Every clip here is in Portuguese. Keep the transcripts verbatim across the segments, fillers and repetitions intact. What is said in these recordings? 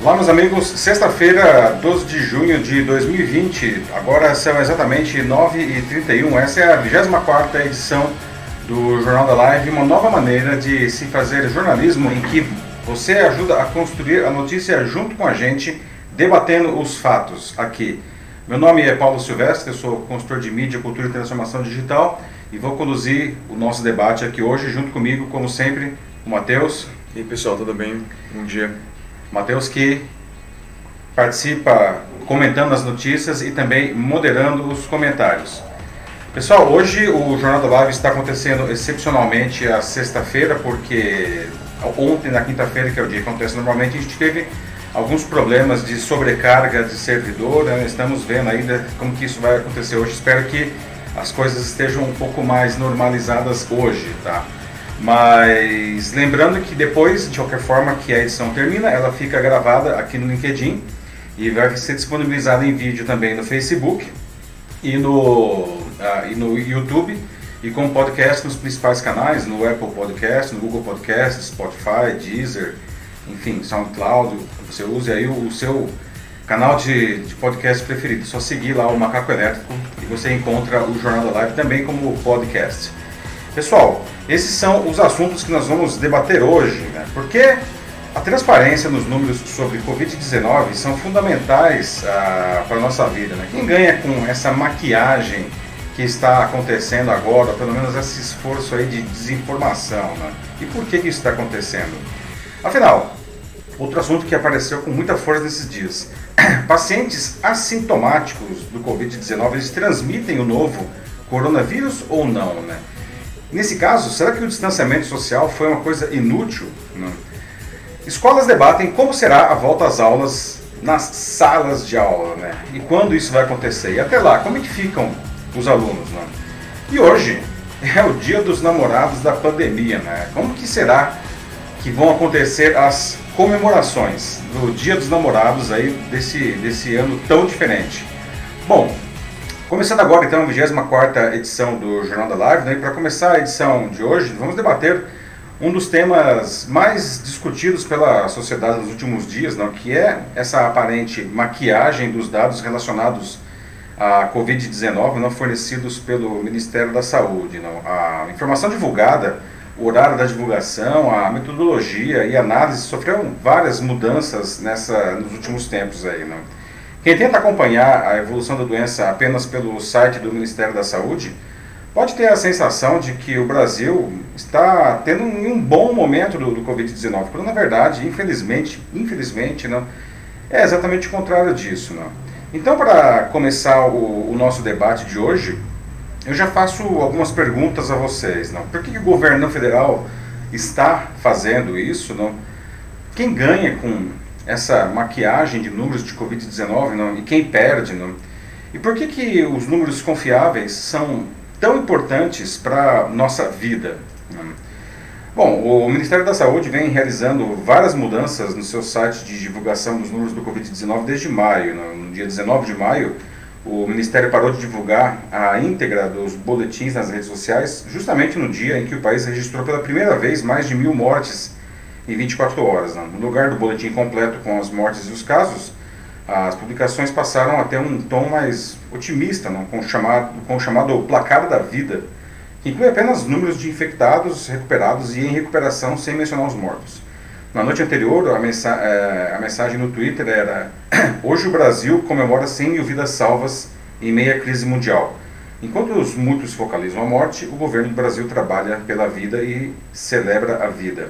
Olá, meus amigos, sexta-feira, doze de junho de dois mil e vinte, agora são exatamente nove e trinta e um, essa é a vigésima quarta edição do Jornal da Live, uma nova maneira de se fazer jornalismo em que você ajuda a construir a notícia junto com a gente, debatendo os fatos aqui. Meu nome é Paulo Silvestre, eu sou consultor de mídia, cultura e transformação digital e vou conduzir o nosso debate aqui hoje, junto comigo, como sempre, o Matheus. E aí, pessoal, tudo bem? Bom dia. Matheus, que participa comentando as notícias e também moderando os comentários. Pessoal, hoje o Jornal da Live está acontecendo excepcionalmente a sexta-feira, porque ontem, na quinta-feira, que é o dia que acontece normalmente, a gente teve alguns problemas de sobrecarga de servidor, né? Estamos vendo ainda como que isso vai acontecer hoje. Espero que as coisas estejam um pouco mais normalizadas hoje, tá? Mas lembrando que depois, de qualquer forma que a edição termina, ela fica gravada aqui no LinkedIn e vai ser disponibilizada em vídeo também no Facebook e no, uh, e no YouTube e com podcast nos principais canais, no Apple Podcast, no Google Podcast, Spotify, Deezer, enfim, SoundCloud. Você use aí o, o seu canal de, de podcast preferido, só seguir lá o Macaco Elétrico e você encontra o Jornal da Live também como podcast. Pessoal, esses são os assuntos que nós vamos debater hoje, né? Porque a transparência nos números sobre covid dezenove são fundamentais ah, para a nossa vida, né? Quem ganha com essa maquiagem que está acontecendo agora, pelo menos esse esforço aí de desinformação, né? E por que, que isso está acontecendo? Afinal, outro assunto que apareceu com muita força nesses dias. Pacientes assintomáticos do covid dezenove, eles transmitem o novo coronavírus ou não, né? Nesse caso, será que o distanciamento social foi uma coisa inútil? Não. Escolas debatem como será a volta às aulas nas salas de aula, né? E quando isso vai acontecer? E até lá, como é que ficam os alunos, né? E hoje é o dia dos namorados da pandemia, né? Como que será que vão acontecer as comemorações do Dia dos Namorados aí desse, desse ano tão diferente? Bom, começando agora então a vigésima quarta edição do Jornal da Live, né? E para começar a edição de hoje, vamos debater um dos temas mais discutidos pela sociedade nos últimos dias, não? Que é essa aparente maquiagem dos dados relacionados à covid dezenove, não, fornecidos pelo Ministério da Saúde. Não? A informação divulgada, o horário da divulgação, a metodologia e a análise sofreram várias mudanças nessa, nos últimos tempos aí, não? Quem tenta acompanhar a evolução da doença apenas pelo site do Ministério da Saúde pode ter a sensação de que o Brasil está tendo um bom momento do, do covid dezenove, quando na verdade, infelizmente, infelizmente, não, é exatamente o contrário disso. Não. Então, para começar o, o nosso debate de hoje, eu já faço algumas perguntas a vocês. Não. Por que, que o governo federal está fazendo isso? Não? Quem ganha com essa maquiagem de números de covid dezenove, não? E quem perde? Não? E por que, que os números confiáveis são tão importantes para a nossa vida? Não? Bom, o Ministério da Saúde vem realizando várias mudanças no seu site de divulgação dos números do covid dezenove desde maio. Não? No dia dezenove de maio, o Ministério parou de divulgar a íntegra dos boletins nas redes sociais, justamente no dia em que o país registrou pela primeira vez mais de mil mortes em vinte e quatro horas. Né? No lugar do boletim completo com as mortes e os casos, as publicações passaram a ter um tom mais otimista, né? com, o chamado, com o chamado placar da vida, que inclui apenas números de infectados, recuperados e em recuperação, sem mencionar os mortos. Na noite anterior, a, mensa é, a mensagem no Twitter era: hoje o Brasil comemora cem mil vidas salvas em meio à crise mundial. Enquanto os muitos focalizam a morte, o governo do Brasil trabalha pela vida e celebra a vida.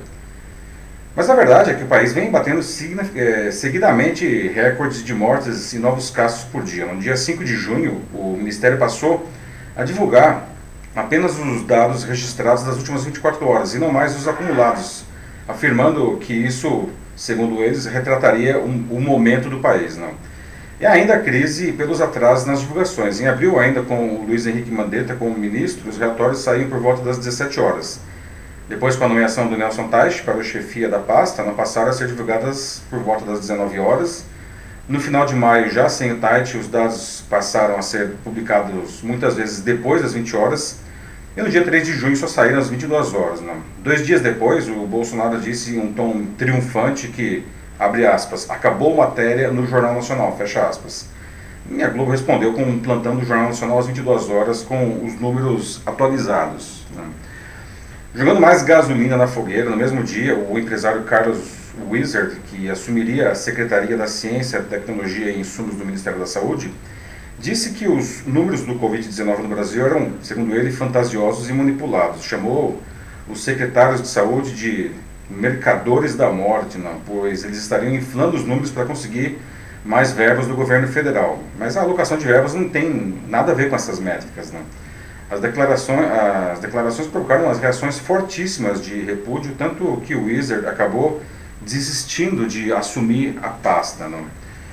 Mas a verdade é que o país vem batendo seguidamente recordes de mortes e novos casos por dia. No dia cinco de junho, o Ministério passou a divulgar apenas os dados registrados das últimas vinte e quatro horas, e não mais os acumulados, afirmando que isso, segundo eles, retrataria um, um momento do país. Não? E ainda a crise pelos atrasos nas divulgações. Em abril, ainda com o Luiz Henrique Mandetta como ministro, os relatórios saíam por volta das dezessete horas. Depois, com a nomeação do Nelson Teich para a chefia da pasta, não passaram a ser divulgadas por volta das dezenove horas. No final de maio, já sem o Teich, os dados passaram a ser publicados muitas vezes depois das vinte horas. E no dia três de junho só saíram às vinte e duas horas. Não. Dois dias depois, o Bolsonaro disse em um tom triunfante que abre aspas, acabou matéria no Jornal Nacional, fecha aspas. E a Globo respondeu com um plantão do Jornal Nacional às vinte e duas horas com os números atualizados. Né? Jogando mais gasolina na fogueira, no mesmo dia, o empresário Carlos Wizard, que assumiria a Secretaria da Ciência, Tecnologia e Insumos do Ministério da Saúde, disse que os números do covid dezenove no Brasil eram, segundo ele, fantasiosos e manipulados. Chamou os secretários de saúde de mercadores da morte, não, pois eles estariam inflando os números para conseguir mais verbas do governo federal. Mas a alocação de verbas não tem nada a ver com essas métricas. Não. As declarações, as declarações provocaram as reações fortíssimas de repúdio, tanto que o Wizard acabou desistindo de assumir a pasta. Não.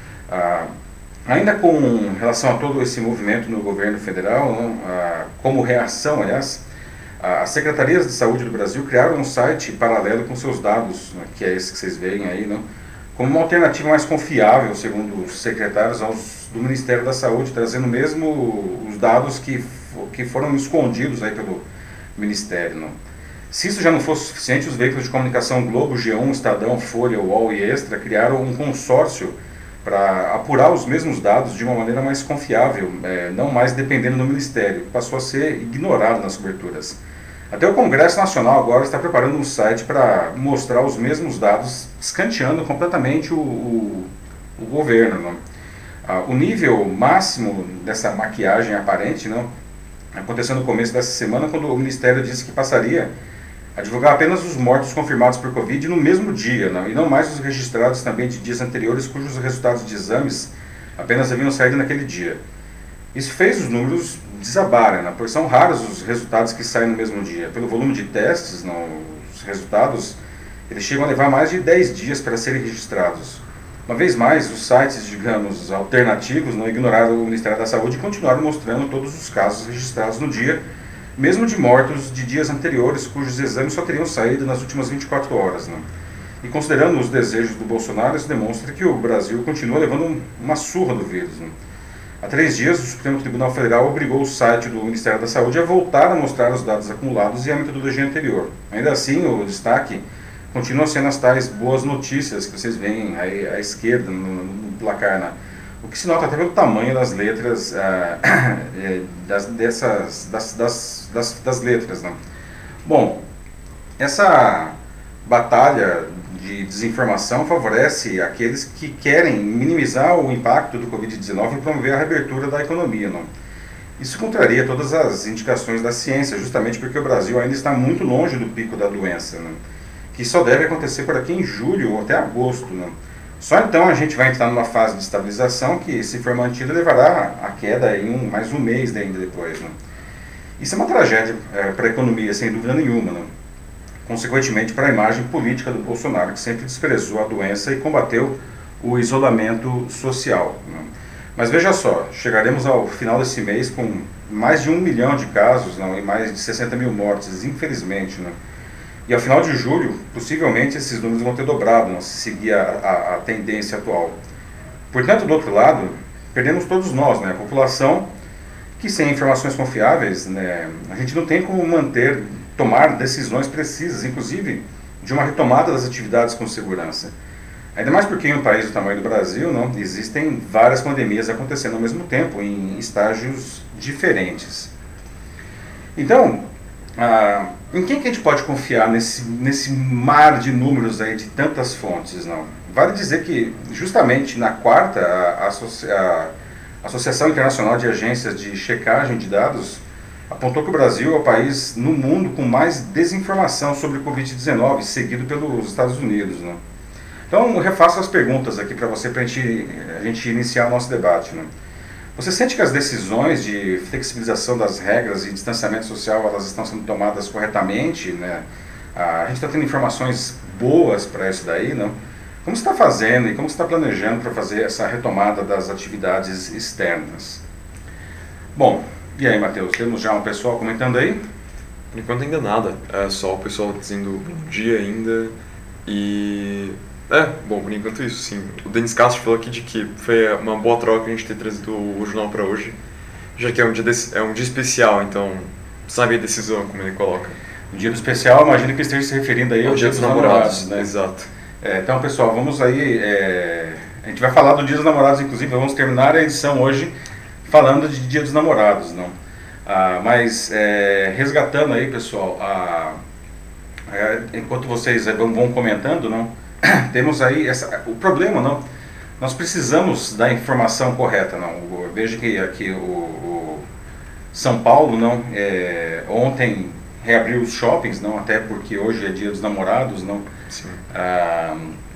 Ah, ainda com relação a todo esse movimento no governo federal, não, ah, como reação, aliás, as secretarias de saúde do Brasil criaram um site paralelo com seus dados, né, que é esse que vocês veem aí, não, como uma alternativa mais confiável, segundo os secretários, aos do Ministério da Saúde, trazendo mesmo os dados que que foram escondidos aí pelo Ministério. Não? Se isso já não fosse suficiente, os veículos de comunicação Globo, G um, Estadão, Folha, U O L e Extra criaram um consórcio para apurar os mesmos dados de uma maneira mais confiável, é, não mais dependendo do Ministério, que passou a ser ignorado nas coberturas. Até o Congresso Nacional agora está preparando um site para mostrar os mesmos dados, escanteando completamente o, o, o governo. Não? Ah, o nível máximo dessa maquiagem aparente, não? Aconteceu no começo dessa semana, quando o Ministério disse que passaria a divulgar apenas os mortos confirmados por Covid no mesmo dia, não? E não mais os registrados também de dias anteriores, cujos resultados de exames apenas haviam saído naquele dia. Isso fez os números desabarem, né? Pois são raros os resultados que saem no mesmo dia. Pelo volume de testes, não, os resultados eles chegam a levar mais de dez dias para serem registrados. Uma vez mais, os sites, digamos, alternativos não ignoraram o Ministério da Saúde e continuaram mostrando todos os casos registrados no dia, mesmo de mortos de dias anteriores, cujos exames só teriam saído nas últimas vinte e quatro horas. Né? E considerando os desejos do Bolsonaro, isso demonstra que o Brasil continua levando um, uma surra do vírus. Né? Há três dias, o Supremo Tribunal Federal obrigou o site do Ministério da Saúde a voltar a mostrar os dados acumulados e a metodologia anterior. Ainda assim, o destaque continua sendo as tais boas notícias que vocês veem aí à esquerda no, no placar, né? O que se nota até pelo tamanho das letras, ah, das, dessas, das, das, das, das letras. Né? Bom, essa batalha de desinformação favorece aqueles que querem minimizar o impacto do covid dezenove e promover a reabertura da economia. Não? Isso contraria todas as indicações da ciência, justamente porque o Brasil ainda está muito longe do pico da doença, né? Que só deve acontecer por aqui em julho ou até agosto. Né? Só então a gente vai entrar numa fase de estabilização que, se for mantida, levará a queda em um, mais um mês ainda depois. Né? Isso é uma tragédia é, para a economia, sem dúvida nenhuma. Né? Consequentemente, para a imagem política do Bolsonaro, que sempre desprezou a doença e combateu o isolamento social. Né? Mas veja só, chegaremos ao final desse mês com mais de um milhão de casos, não, e mais de sessenta mil mortes, infelizmente. Né? E ao final de julho, possivelmente esses números vão ter dobrado, não, se seguir a, a, a tendência atual. Portanto, do outro lado, perdemos todos nós, né, a população, que sem informações confiáveis, né, a gente não tem como manter, tomar decisões precisas, inclusive de uma retomada das atividades com segurança. Ainda mais porque em um país do tamanho do Brasil, não, existem várias pandemias acontecendo ao mesmo tempo, em estágios diferentes. Então, ah, em quem que a gente pode confiar nesse, nesse mar de números aí de tantas fontes? Não? Vale dizer que, justamente na quarta, a, a, a Associação Internacional de Agências de Checagem de Dados apontou que o Brasil é o país no mundo com mais desinformação sobre o covid dezenove, seguido pelos Estados Unidos. Não? Então, eu refaço as perguntas aqui para você, para a gente, a gente iniciar o nosso debate. Não? Você sente que as decisões de flexibilização das regras e distanciamento social elas estão sendo tomadas corretamente? Né? A gente está tendo informações boas para isso daí, não? Como você está fazendo e como você está planejando para fazer essa retomada das atividades externas? Bom, e aí, Matheus, temos já um pessoal comentando aí? Por enquanto ainda nada, é só o pessoal dizendo bom dia ainda e... É, bom, por enquanto isso, sim. O Denis Castro falou aqui de que foi uma boa troca a gente ter trazido o jornal para hoje, já que é um dia, de, é um dia especial, então sabe a decisão, como ele coloca. O dia do especial, imagino que esteja se referindo aí ao dia, dia dos namorados, namorados, né? Exato. É, então, pessoal, vamos aí. É, a gente vai falar do Dia dos Namorados, inclusive, vamos terminar a edição hoje falando de Dia dos Namorados, não? Ah, mas é, resgatando aí, pessoal, a, a, enquanto vocês vão, vão comentando, não? Temos aí essa, o problema, não? Nós precisamos da informação correta, não? Veja que aqui o, o São Paulo, não? É, ontem reabriu os shoppings, não? Até porque hoje é Dia dos Namorados, não? Sim. Ah,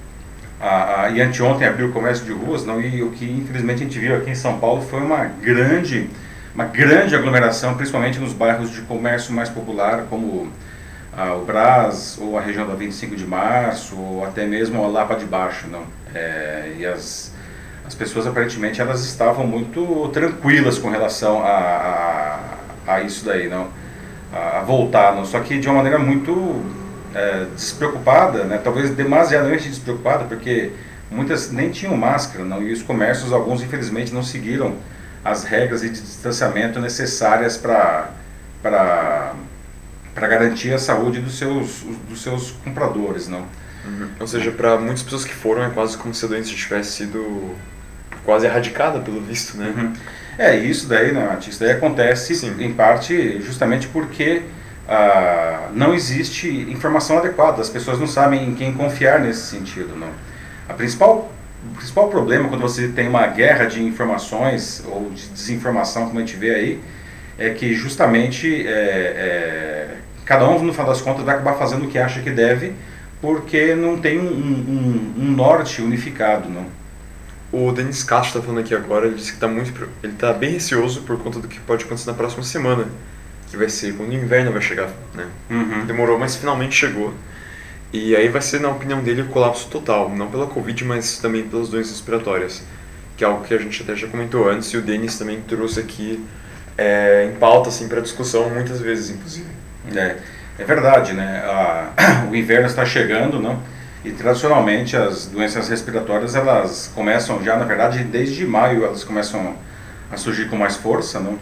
a, a, e anteontem abriu o comércio de ruas, não? E o que infelizmente a gente viu aqui em São Paulo foi uma grande, uma grande aglomeração, principalmente nos bairros de comércio mais popular, como ah, o Brás, ou a região da vinte e cinco de março, ou até mesmo a Lapa de Baixo, não? É, e as, as pessoas aparentemente elas estavam muito tranquilas com relação a, a, a isso daí, não? A, a voltar, não? Só que de uma maneira muito é, despreocupada, né? Talvez demasiadamente despreocupada, porque muitas nem tinham máscara, não? E os comércios, alguns infelizmente não seguiram as regras de distanciamento necessárias para para para garantir a saúde dos seus dos seus compradores, não? Uhum. Ou seja, para muitas pessoas que foram, é quase como se a doença tivesse sido quase erradicada, pelo visto, né? Uhum. É, isso daí, né, isso daí acontece Sim. em parte justamente porque ah, não existe informação adequada, as pessoas não sabem em quem confiar nesse sentido, não. A principal, o principal problema quando você tem uma guerra de informações ou de desinformação, como a gente vê aí, é que justamente é, é, cada um, no final das contas, vai acabar fazendo o que acha que deve, porque não tem um, um, um norte unificado, não. O Denis Castro está falando aqui agora, ele disse que está muito, ele está bem receoso por conta do que pode acontecer na próxima semana, que vai ser quando o inverno vai chegar, né? Uhum. Demorou, mas finalmente chegou. E aí vai ser, na opinião dele, o colapso total, não pela Covid, mas também pelas doenças respiratórias, que é algo que a gente até já comentou antes, e o Denis também trouxe aqui é, em pauta, assim, para discussão muitas vezes, inclusive. É, é verdade, né? A, o inverno está chegando, não? E tradicionalmente as doenças respiratórias elas começam já, na verdade, desde maio elas começam a surgir com mais força, não?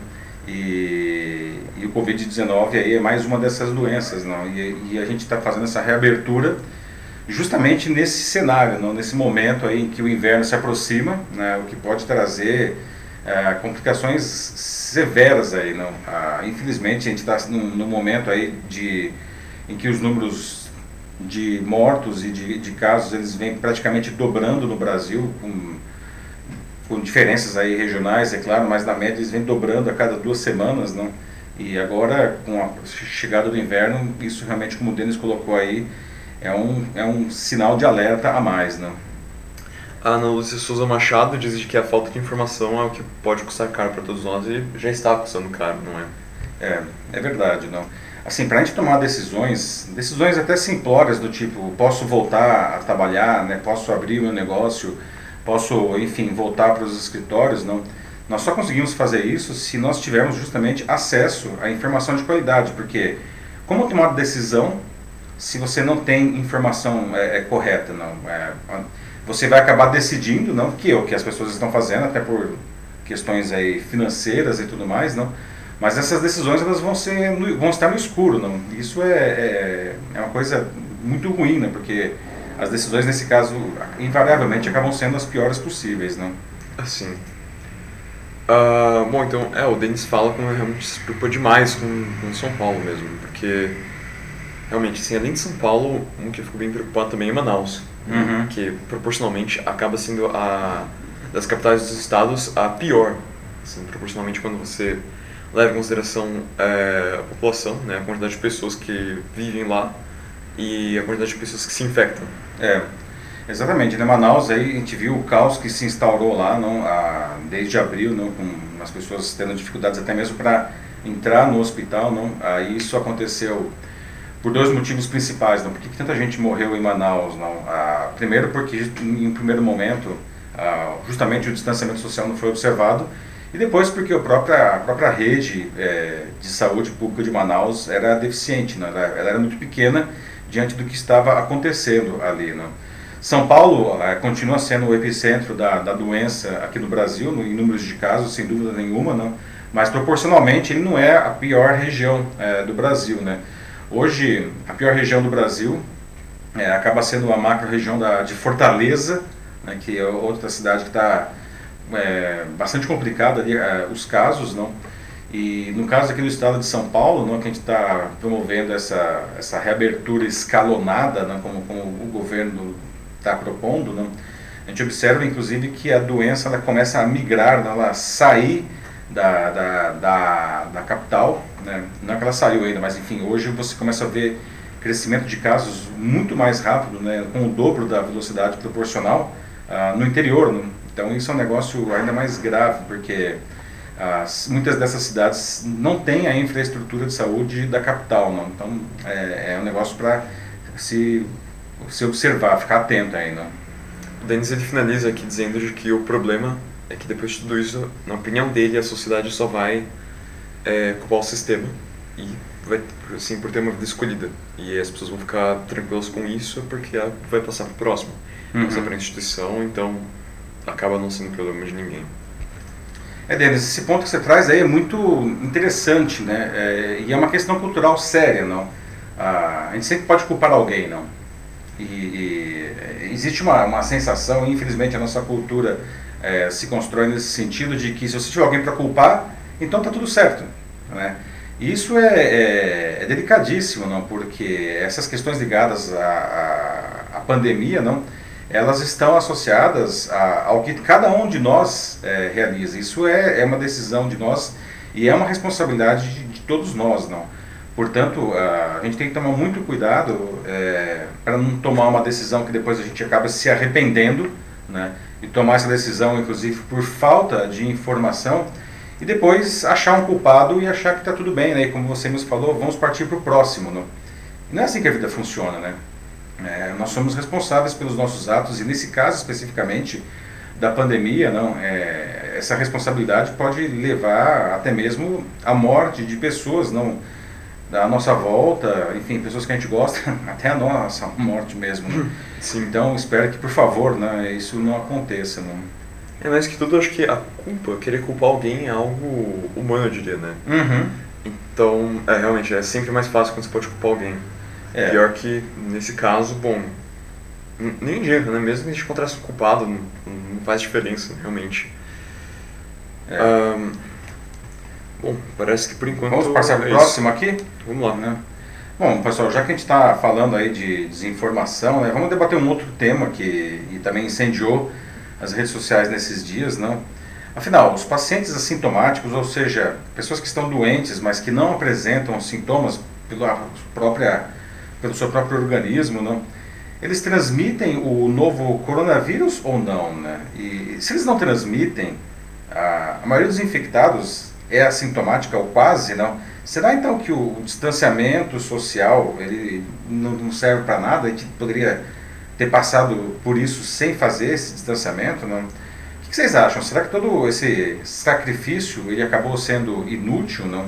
E, e o covid dezenove aí é mais uma dessas doenças, não? E, e a gente está fazendo essa reabertura justamente nesse cenário, não? Nesse momento aí em que o inverno se aproxima, né? O que pode trazer é, complicações severas aí, não? Ah, infelizmente a gente está num, num momento aí de, em que os números de mortos e de, de casos eles vêm praticamente dobrando no Brasil, com, com diferenças aí regionais, é claro, mas na média eles vêm dobrando a cada duas semanas, não? E agora, com a chegada do inverno, isso realmente, como o Denis colocou aí, é um, é um sinal de alerta a mais, não? A Ana Lúcia Souza Machado diz que a falta de informação é o que pode custar caro para todos nós e já está custando caro, não é? É, é verdade, não? Assim, para a gente tomar decisões, decisões até simplórias do tipo, posso voltar a trabalhar, né? Posso abrir o meu negócio, posso, enfim, voltar para os escritórios, não? Nós só conseguimos fazer isso se nós tivermos justamente acesso à informação de qualidade, porque como tomar decisão se você não tem informação é, é, correta, não? É, você vai acabar decidindo, não que o que as pessoas estão fazendo, até por questões aí financeiras e tudo mais, não? Mas essas decisões elas vão, ser no, vão estar no escuro, não? Isso é, é, é uma coisa muito ruim, né? Porque as decisões nesse caso invariavelmente acabam sendo as piores possíveis, não? Assim. Uh, bom, então, é, o Denis fala como realmente se preocupa demais com, com São Paulo mesmo, porque realmente, assim, além de São Paulo, um que eu fico bem preocupado também é Manaus, uhum. que proporcionalmente acaba sendo a das capitais dos estados a pior, assim, proporcionalmente quando você leva em consideração é, a população, né, a quantidade de pessoas que vivem lá e a quantidade de pessoas que se infectam. É, exatamente. Em Manaus aí a gente viu o caos que se instaurou lá, não, a, desde abril, não, com as pessoas tendo dificuldades até mesmo para entrar no hospital, não. Aí isso aconteceu por dois motivos principais, não. Por que tanta gente morreu em Manaus, não? Ah, primeiro porque em um primeiro momento ah, justamente o distanciamento social não foi observado. E depois porque a própria, a própria rede é, de saúde pública de Manaus era deficiente, né? ela, ela era muito pequena diante do que estava acontecendo ali. Né? São Paulo é, continua sendo o epicentro da, da doença aqui no Brasil, no, em números de casos, sem dúvida nenhuma, não? Mas proporcionalmente ele não é a pior região é, do Brasil. Né? Hoje, a pior região do Brasil é, acaba sendo a macro-região da, de Fortaleza, né, que é outra cidade que está é, bastante complicada ali, é, os casos, não? E no caso aqui do estado de São Paulo, não, que a gente está promovendo essa, essa reabertura escalonada, não, como, como o governo está propondo, não? A gente observa inclusive que a doença ela começa a migrar, não, ela sair da, da, da, da capital, né? Não é que ela saiu ainda, mas enfim, hoje você começa a ver crescimento de casos muito mais rápido, né, com o dobro da velocidade proporcional uh, no interior, né? Então isso é um negócio ainda mais grave, porque as, muitas dessas cidades não têm a infraestrutura de saúde da capital, não? Então é, é um negócio para se, se observar, ficar atento aí, não? O Denis ele finaliza aqui dizendo de que o problema é que depois de tudo isso, na opinião dele, a sociedade só vai é, culpar o sistema e vai, assim, por ter uma vida escolhida. E as pessoas vão ficar tranquilas com isso porque ela vai passar para o próximo. Uhum. Passa para a instituição, então acaba não sendo problema de ninguém. É, Denis, esse ponto que você traz aí é muito interessante, né? É, e é uma questão cultural séria, não? Ah, a gente sempre pode culpar alguém, não? E, e existe uma, uma sensação, infelizmente a nossa cultura é, se constrói nesse sentido de que se você tiver alguém para culpar, então está tudo certo, né? E isso é, é, é delicadíssimo, não? Porque essas questões ligadas à, à, à pandemia, não? Elas estão associadas a, ao que cada um de nós é, realiza. Isso é, é uma decisão de nós e é uma responsabilidade de, de todos nós, não? Portanto, a, a gente tem que tomar muito cuidado é, para não tomar uma decisão que depois a gente acaba se arrependendo, né? E tomar essa decisão, inclusive, por falta de informação e depois achar um culpado e achar que está tudo bem, né? E como você nos falou, vamos partir para o próximo, não? E não é assim que a vida funciona, né? É, nós somos responsáveis pelos nossos atos e nesse caso especificamente da pandemia, não, é, essa responsabilidade pode levar até mesmo à morte de pessoas, não, da nossa volta, enfim, pessoas que a gente gosta, até a nossa morte mesmo, né? Sim. Então espero que por favor, né, isso não aconteça, não. É mais que tudo, acho que a culpa, querer culpar alguém é algo humano, eu diria, né? Uhum. Então, é, realmente, é sempre mais fácil quando você pode culpar alguém. É. Pior que, nesse caso, bom, nem adianta, né? Mesmo que a gente encontrasse um culpado, não, não faz diferença, realmente. É. Um, bom, parece que por enquanto... Vamos passar para o é próximo aqui? Vamos lá. Né? Bom, pessoal, já que a gente está falando aí de desinformação, né, vamos debater um outro tema que e também incendiou as redes sociais nesses dias, não? Afinal, os pacientes assintomáticos, ou seja, pessoas que estão doentes, mas que não apresentam sintomas pela própria, pelo seu próprio organismo, não? Eles transmitem o novo coronavírus ou não, né? E se eles não transmitem, a, a maioria dos infectados é assintomática ou quase, não? Será então que o, o distanciamento social ele não, não serve para nada e que poderia ter passado por isso sem fazer esse distanciamento, não? O que vocês acham? Será que todo esse sacrifício ele acabou sendo inútil, não?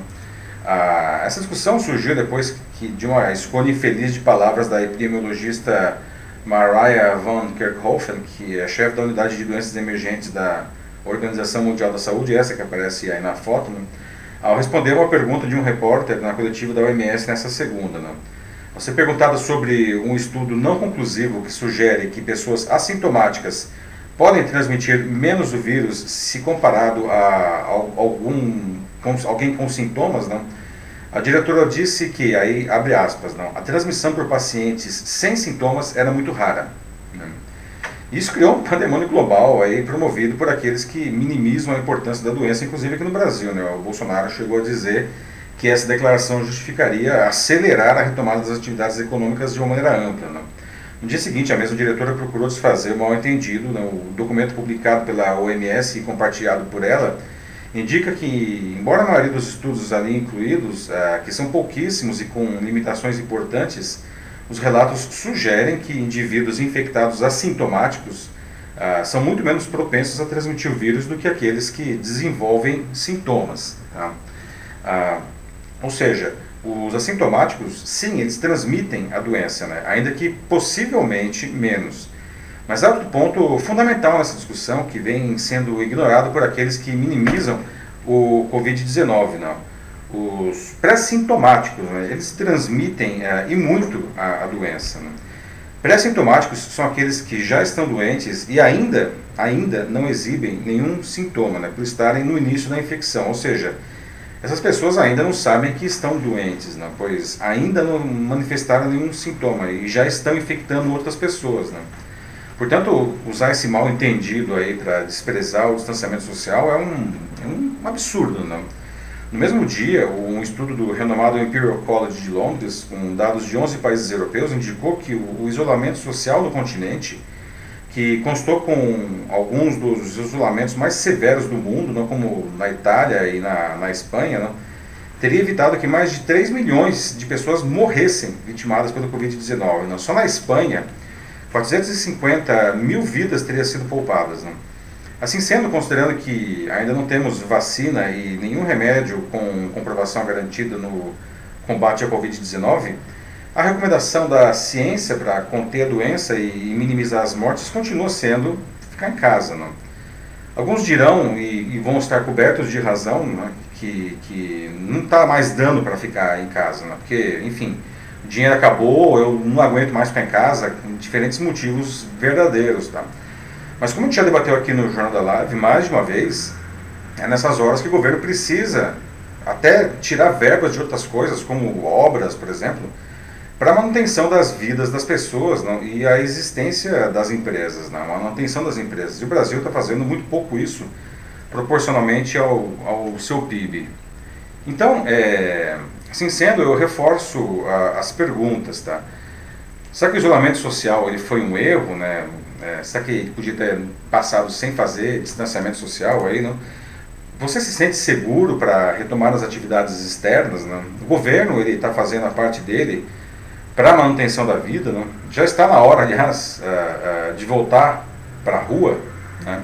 Ah, essa discussão surgiu depois que, de uma escolha infeliz de palavras da epidemiologista Mariah van Kerkhoven, que é chefe da unidade de doenças emergentes da Organização Mundial da Saúde, essa que aparece aí na foto, né? Ao responder uma pergunta de um repórter na coletiva da O M S nessa segunda. Né? Ao ser perguntada sobre um estudo não conclusivo que sugere que pessoas assintomáticas podem transmitir menos o vírus se comparado a, a algum, com, alguém com sintomas, não? A diretora disse que, aí abre aspas, não, a transmissão por pacientes sem sintomas era muito rara. Né? Isso criou um pandemônio global aí, promovido por aqueles que minimizam a importância da doença, inclusive aqui no Brasil. Né? O Bolsonaro chegou a dizer que essa declaração justificaria acelerar a retomada das atividades econômicas de uma maneira ampla. Né? No dia seguinte, a mesma diretora procurou desfazer o mal-entendido. Né? O documento publicado pela O M S e compartilhado por ela indica que, embora a maioria dos estudos ali incluídos, ah, que são pouquíssimos e com limitações importantes, os relatos sugerem que indivíduos infectados assintomáticos ah, são muito menos propensos a transmitir o vírus do que aqueles que desenvolvem sintomas. Tá? Ah, ou seja, os assintomáticos, sim, eles transmitem a doença, né? Ainda que possivelmente menos. Mas há outro ponto fundamental nessa discussão que vem sendo ignorado por aqueles que minimizam o covid dezenove, não? Os pré-sintomáticos, né? Eles transmitem uh, e muito a, a doença. Né? Pré-sintomáticos são aqueles que já estão doentes e ainda, ainda não exibem nenhum sintoma, né, por estarem no início da infecção, ou seja, essas pessoas ainda não sabem que estão doentes, né, pois ainda não manifestaram nenhum sintoma e já estão infectando outras pessoas, né. Portanto, usar esse mal entendido aí para desprezar o distanciamento social é um, é um absurdo, né. No mesmo dia, um estudo do renomado Imperial College de Londres, com dados de onze países europeus, indicou que o isolamento social no continente, que constou com alguns dos isolamentos mais severos do mundo, não, como na Itália e na, na Espanha, não, teria evitado que mais de três milhões de pessoas morressem vitimadas pelo covid dezenove. Não. Só na Espanha, quatrocentas e cinquenta mil vidas teriam sido poupadas. Não. Assim sendo, considerando que ainda não temos vacina e nenhum remédio com comprovação garantida no combate ao covid dezenove, a recomendação da ciência para conter a doença e minimizar as mortes continua sendo ficar em casa. Não? Alguns dirão, e, e vão estar cobertos de razão, né, que, que não está mais dando para ficar em casa, né, porque, enfim, o dinheiro acabou, eu não aguento mais ficar em casa, por diferentes motivos verdadeiros. Tá? Mas como a gente já debateu aqui no Jornal da Live, mais de uma vez, é nessas horas que o governo precisa até tirar verbas de outras coisas, como obras, por exemplo, para a manutenção das vidas das pessoas, não, e a existência das empresas, não, a manutenção das empresas. E o Brasil está fazendo muito pouco isso, proporcionalmente ao, ao seu P I B. Então, é, assim sendo, eu reforço a, as perguntas. Tá? Será que o isolamento social ele foi um erro, né? É, será que ele podia ter passado sem fazer distanciamento social? Aí, não? Você se sente seguro para retomar as atividades externas? Não? O governo está fazendo a parte dele para a manutenção da vida. Não? Já está na hora, aliás, uh, uh, de voltar para a rua. Né?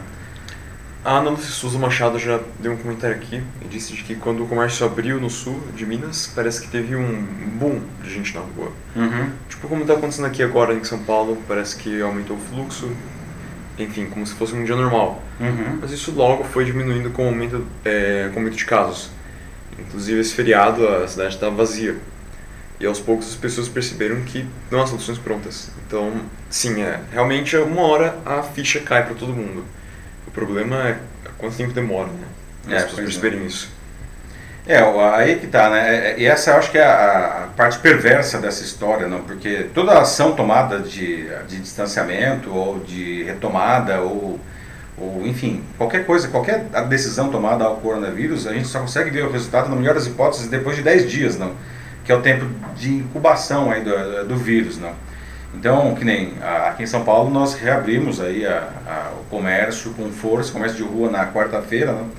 A Ana Souza Machado já deu um comentário aqui e disse de que quando o comércio abriu no sul de Minas, parece que teve um boom de gente na rua. Uhum. Tipo como está acontecendo aqui agora em São Paulo, parece que aumentou o fluxo, enfim, como se fosse um dia normal. Uhum. Mas isso logo foi diminuindo com o aumento, é, com o aumento de casos. Inclusive esse feriado a cidade estava vazia. E aos poucos as pessoas perceberam que não há soluções prontas. Então, sim, é, realmente uma hora a ficha cai para todo mundo. O problema é quanto tempo demora, né? As pessoas perceberem isso. É, aí que tá, né? E essa eu acho que é a, a parte perversa dessa história, não? Porque toda ação tomada de, de distanciamento ou de retomada ou, ou, enfim, qualquer coisa, qualquer decisão tomada ao coronavírus, a gente só consegue ver o resultado, na melhor das hipóteses, depois de dez dias, não? Que é o tempo de incubação aí do, do vírus, não? Então, que nem aqui em São Paulo, nós reabrimos aí a, a, o comércio com força, comércio de rua na quarta-feira, né?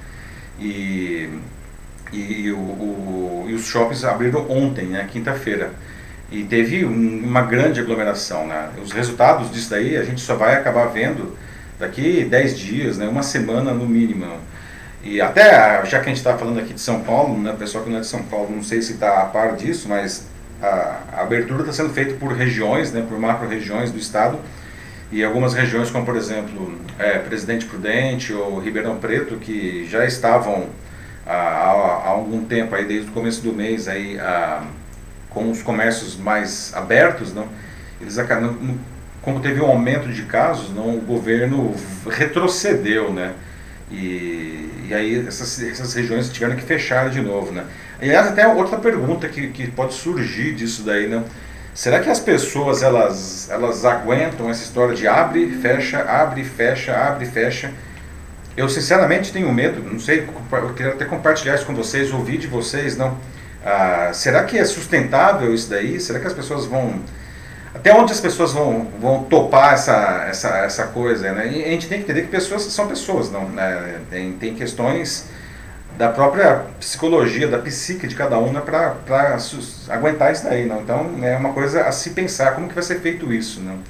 e, e, e, o, o, e os shoppings abriram ontem, né? Quinta-feira, e teve um, uma grande aglomeração. Né? Os resultados disso daí a gente só vai acabar vendo daqui dez dias, né? Uma semana no mínimo. E até, já que a gente está falando aqui de São Paulo, né? O pessoal que não é de São Paulo, não sei se está a par disso, mas A, a abertura está sendo feita por regiões, né, por macro-regiões do estado, e algumas regiões como, por exemplo, é, Presidente Prudente ou Ribeirão Preto, que já estavam há, há, há algum tempo, aí, desde o começo do mês, aí, a, com os comércios mais abertos, não, eles acabam, como teve um aumento de casos, não, o governo retrocedeu, né, e, e aí essas, essas regiões tiveram que fechar de novo, né. Aliás, até outra pergunta que, que pode surgir disso daí, né? Será que as pessoas, elas, elas aguentam essa história de abre, fecha, abre, fecha, abre, fecha? Eu, sinceramente, tenho medo, não sei, eu queria até compartilhar isso com vocês, ouvir de vocês, não? Ah, será que é sustentável isso daí? Será que as pessoas vão... Até onde as pessoas vão, vão topar essa, essa, essa coisa, né? E a gente tem que entender que pessoas são pessoas, não? Né? Tem, tem questões da própria psicologia, da psique de cada um, né, para aguentar isso daí, não? Então é uma coisa a se pensar, como que vai ser feito isso, né?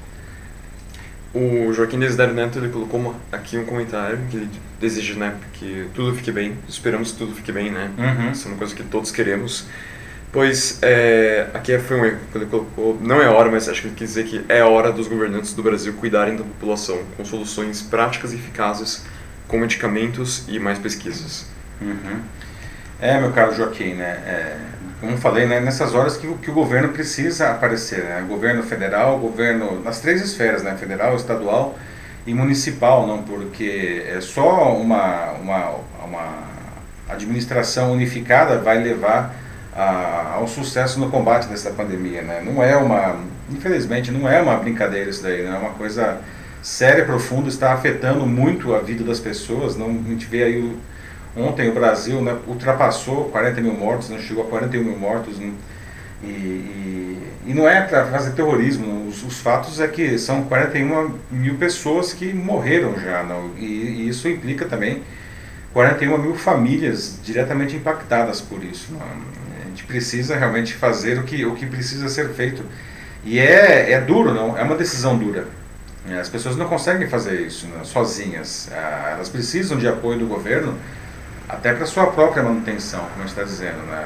O Joaquim Desiderio Neto, ele colocou uma, aqui um comentário que ele deseja, né, que tudo fique bem, esperamos que tudo fique bem, né? Uhum. Isso é uma coisa que todos queremos, pois é, aqui foi um erro, ele colocou, não é hora, mas acho que ele quis dizer que é hora dos governantes do Brasil cuidarem da população com soluções práticas e eficazes, com medicamentos e mais pesquisas. Uhum. É, meu caro Joaquim, né? É, como falei, né, nessas horas que, o- que o governo precisa aparecer, né? O governo federal, o governo nas três esferas, né? Federal, estadual e municipal, não, porque é só uma, uma, uma administração unificada vai levar a, ao sucesso no combate dessa pandemia, né? Não é uma, infelizmente, não é uma brincadeira isso daí, né? É uma coisa séria, profunda, está afetando muito a vida das pessoas, não, a gente vê aí o ontem o Brasil, né, ultrapassou quarenta mil mortos, né, chegou a quarenta e um mil mortos, né, e, e, e não é para fazer terrorismo, não, os, os fatos é que são quarenta e uma mil pessoas que morreram já, não, e, e isso implica também quarenta e uma mil famílias diretamente impactadas por isso. Não. A gente precisa realmente fazer o que, o que precisa ser feito. E é, é duro, não? É uma decisão dura. As pessoas não conseguem fazer isso, né, sozinhas. Elas precisam de apoio do governo até para sua própria manutenção, como a gente está dizendo, né?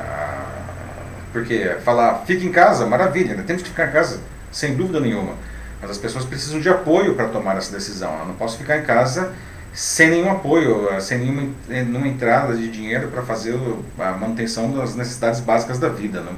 Porque falar, fica em casa, maravilha, né? Temos que ficar em casa, sem dúvida nenhuma. Mas as pessoas precisam de apoio para tomar essa decisão. Eu não posso ficar em casa sem nenhum apoio, sem nenhuma, nenhuma entrada de dinheiro para fazer a manutenção das necessidades básicas da vida, né?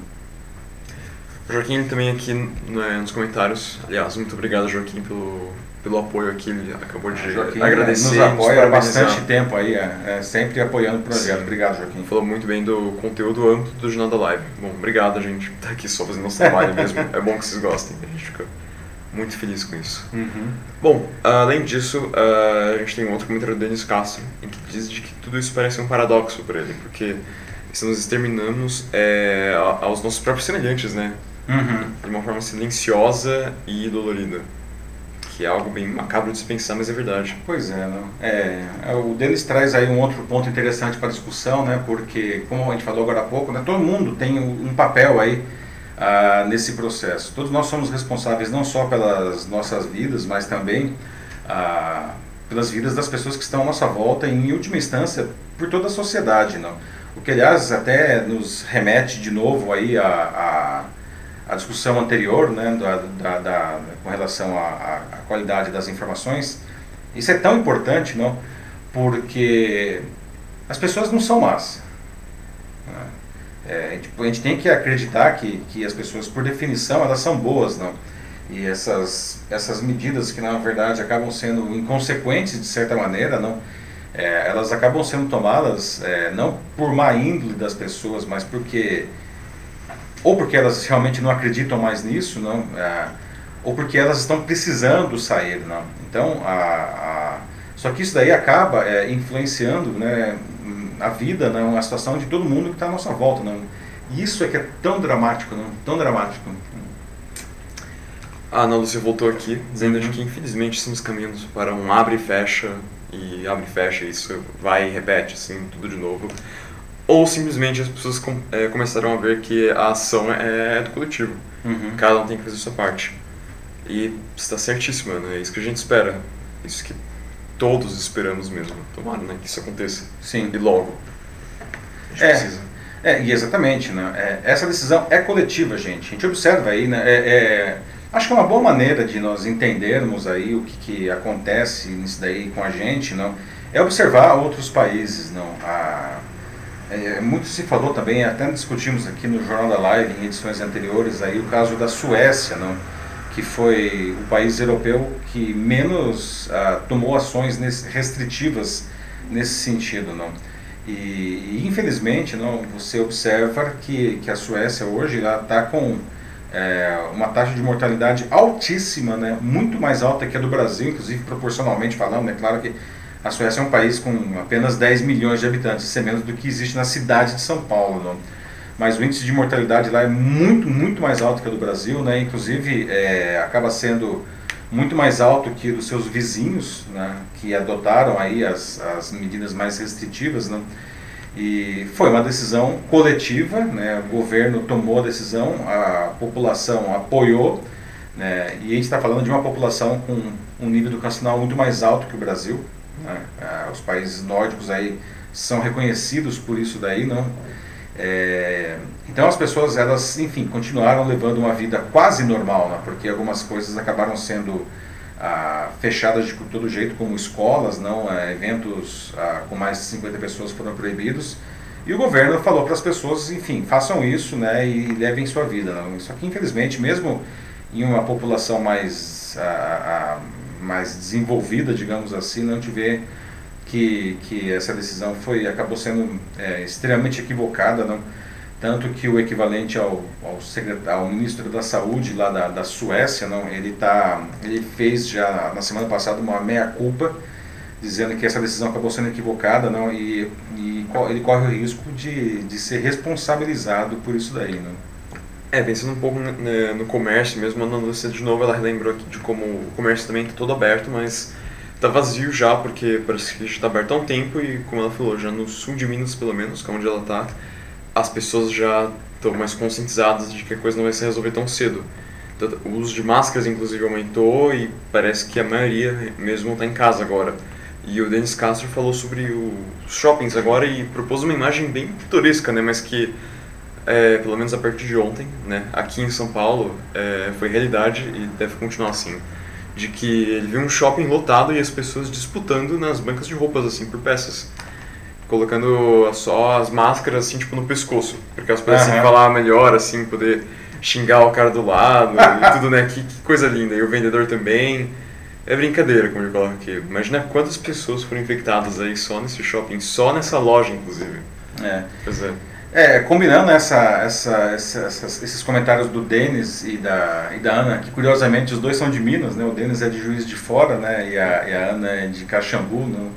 Joaquim também aqui, né, nos comentários, aliás, muito obrigado, Joaquim, pelo, pelo apoio aqui, ele acabou de Joaquim agradecer, nos apoia há parabenizar. bastante tempo aí, é, é, sempre apoiando o projeto. Sim. Obrigado, Joaquim. Falou muito bem do conteúdo amplo do Jornal da Live. Bom, obrigado, a gente tá aqui só fazendo nosso trabalho mesmo, é bom que vocês gostem, a gente fica muito feliz com isso. Uhum. Bom, além disso, uh, a gente tem um outro comentário do Denis Castro, em que diz de que tudo isso parece um paradoxo para ele, porque estamos exterminamos é, aos nossos próprios semelhantes, né? Uhum. De uma forma silenciosa e dolorida, que é algo bem macabro de se pensar, mas é verdade. Pois é, não? É, o Denis traz aí um outro ponto interessante para a discussão, né? Porque, como a gente falou agora há pouco, né, todo mundo tem um papel aí ah, nesse processo. Todos nós somos responsáveis não só pelas nossas vidas, mas também ah, pelas vidas das pessoas que estão à nossa volta e, em última instância, por toda a sociedade, não? O que, aliás, até nos remete de novo aí a, a a discussão anterior, né, da, da, da, com relação à, à qualidade das informações. Isso é tão importante, não? Porque as pessoas não são más. Né? É, a, gente, a gente tem que acreditar que, que as pessoas, por definição, elas são boas, não? E essas, essas medidas que, na verdade, acabam sendo inconsequentes, de certa maneira, não? É, elas acabam sendo tomadas é, não por má índole das pessoas, mas porque ou porque elas realmente não acreditam mais nisso, não, é, ou porque elas estão precisando sair, não. Então, a, a, só que isso daí acaba é, influenciando, né, a vida, não, a situação de todo mundo que está à nossa volta, não. E isso é que é tão dramático, não, tão dramático. A Ana Lúcia voltou aqui, dizendo de que infelizmente estamos caminhando para um abre e fecha, e abre e fecha, isso vai e repete, assim, tudo de novo. Ou simplesmente as pessoas com, é, começaram a ver que a ação é, é do coletivo. Uhum. Cada um tem que fazer a sua parte. E está certíssimo, né? É isso que a gente espera. Isso que todos esperamos mesmo. Tomara, né? Que isso aconteça. Sim. E logo. A gente é, precisa. É, e exatamente, né? É, essa decisão é coletiva, gente. A gente observa aí, né? É, é, acho que é uma boa maneira de nós entendermos aí o que, que acontece nisso daí com a gente, não? É observar outros países, não? A, É, muito se falou também, até discutimos aqui no Jornal da Live, em edições anteriores, aí, o caso da Suécia, não? Que foi o país europeu que menos ah, tomou ações nesse, restritivas nesse sentido. Não? E, e infelizmente não, você observa que, que a Suécia hoje está com é, uma taxa de mortalidade altíssima, né? Muito mais alta que a do Brasil, inclusive proporcionalmente falando, é né? Claro que a Suécia é um país com apenas dez milhões de habitantes, isso é menos do que existe na cidade de São Paulo. Não? Mas o índice de mortalidade lá é muito, muito mais alto que o do Brasil, né? Inclusive é, acaba sendo muito mais alto que os seus vizinhos, né? Que adotaram aí as, as medidas mais restritivas. Né? E foi uma decisão coletiva, né? O governo tomou a decisão, a população apoiou, né? E a gente está falando de uma população com um nível educacional muito mais alto que o Brasil. Né? Ah, os países nórdicos aí são reconhecidos por isso daí, não? É, então as pessoas, elas, enfim, continuaram levando uma vida quase normal, né? Porque algumas coisas acabaram sendo ah, fechadas de todo jeito, como escolas, não? Ah, eventos ah, com mais de cinquenta pessoas foram proibidos, E o governo falou para as pessoas, enfim, façam isso, né, e levem sua vida. Não? Só que, infelizmente, mesmo em uma população mais, a, a, mais desenvolvida, digamos assim, não te vê que, que essa decisão foi, acabou sendo é, extremamente equivocada, não? Tanto que o equivalente ao, ao, secretário, ao ministro da Saúde lá da, da Suécia, não, ele, tá, ele fez já na semana passada uma meia-culpa, dizendo que essa decisão acabou sendo equivocada, não, e, e ele corre o risco de, de ser responsabilizado por isso daí. Não? É, pensando um pouco no, no comércio mesmo, a notícia de novo, ela relembrou aqui de como o comércio também está todo aberto, mas está vazio já, porque parece que está aberto há um tempo e, como ela falou, já no sul de Minas pelo menos, que é onde ela está, as pessoas já estão mais conscientizadas de que a coisa não vai se resolver tão cedo. Então, o uso de máscaras, inclusive, aumentou e parece que a maioria mesmo está em casa agora. E o Denis Castro falou sobre os shoppings agora e propôs uma imagem bem pitoresca, né? Mas que, é, pelo menos a partir de ontem, né? Aqui em São Paulo, é, foi realidade e deve continuar assim. De que ele viu um shopping lotado e as pessoas disputando nas bancas de roupas, assim, por peças. Colocando só as máscaras, assim, tipo, no pescoço. Porque elas podem uhum. falar melhor, assim, poder xingar o cara do lado e tudo, né? Que, que coisa linda. E o vendedor também. É brincadeira, como eu coloco aqui. Imagina quantas pessoas foram infectadas aí só nesse shopping, só nessa loja, inclusive. É. Pois é. É, combinando essa, essa, essa, essas, esses comentários do Denis e da, e da Ana, que curiosamente os dois são de Minas, né? O Denis é de Juiz de Fora, né? E a, e a Ana é de Caxambu, né?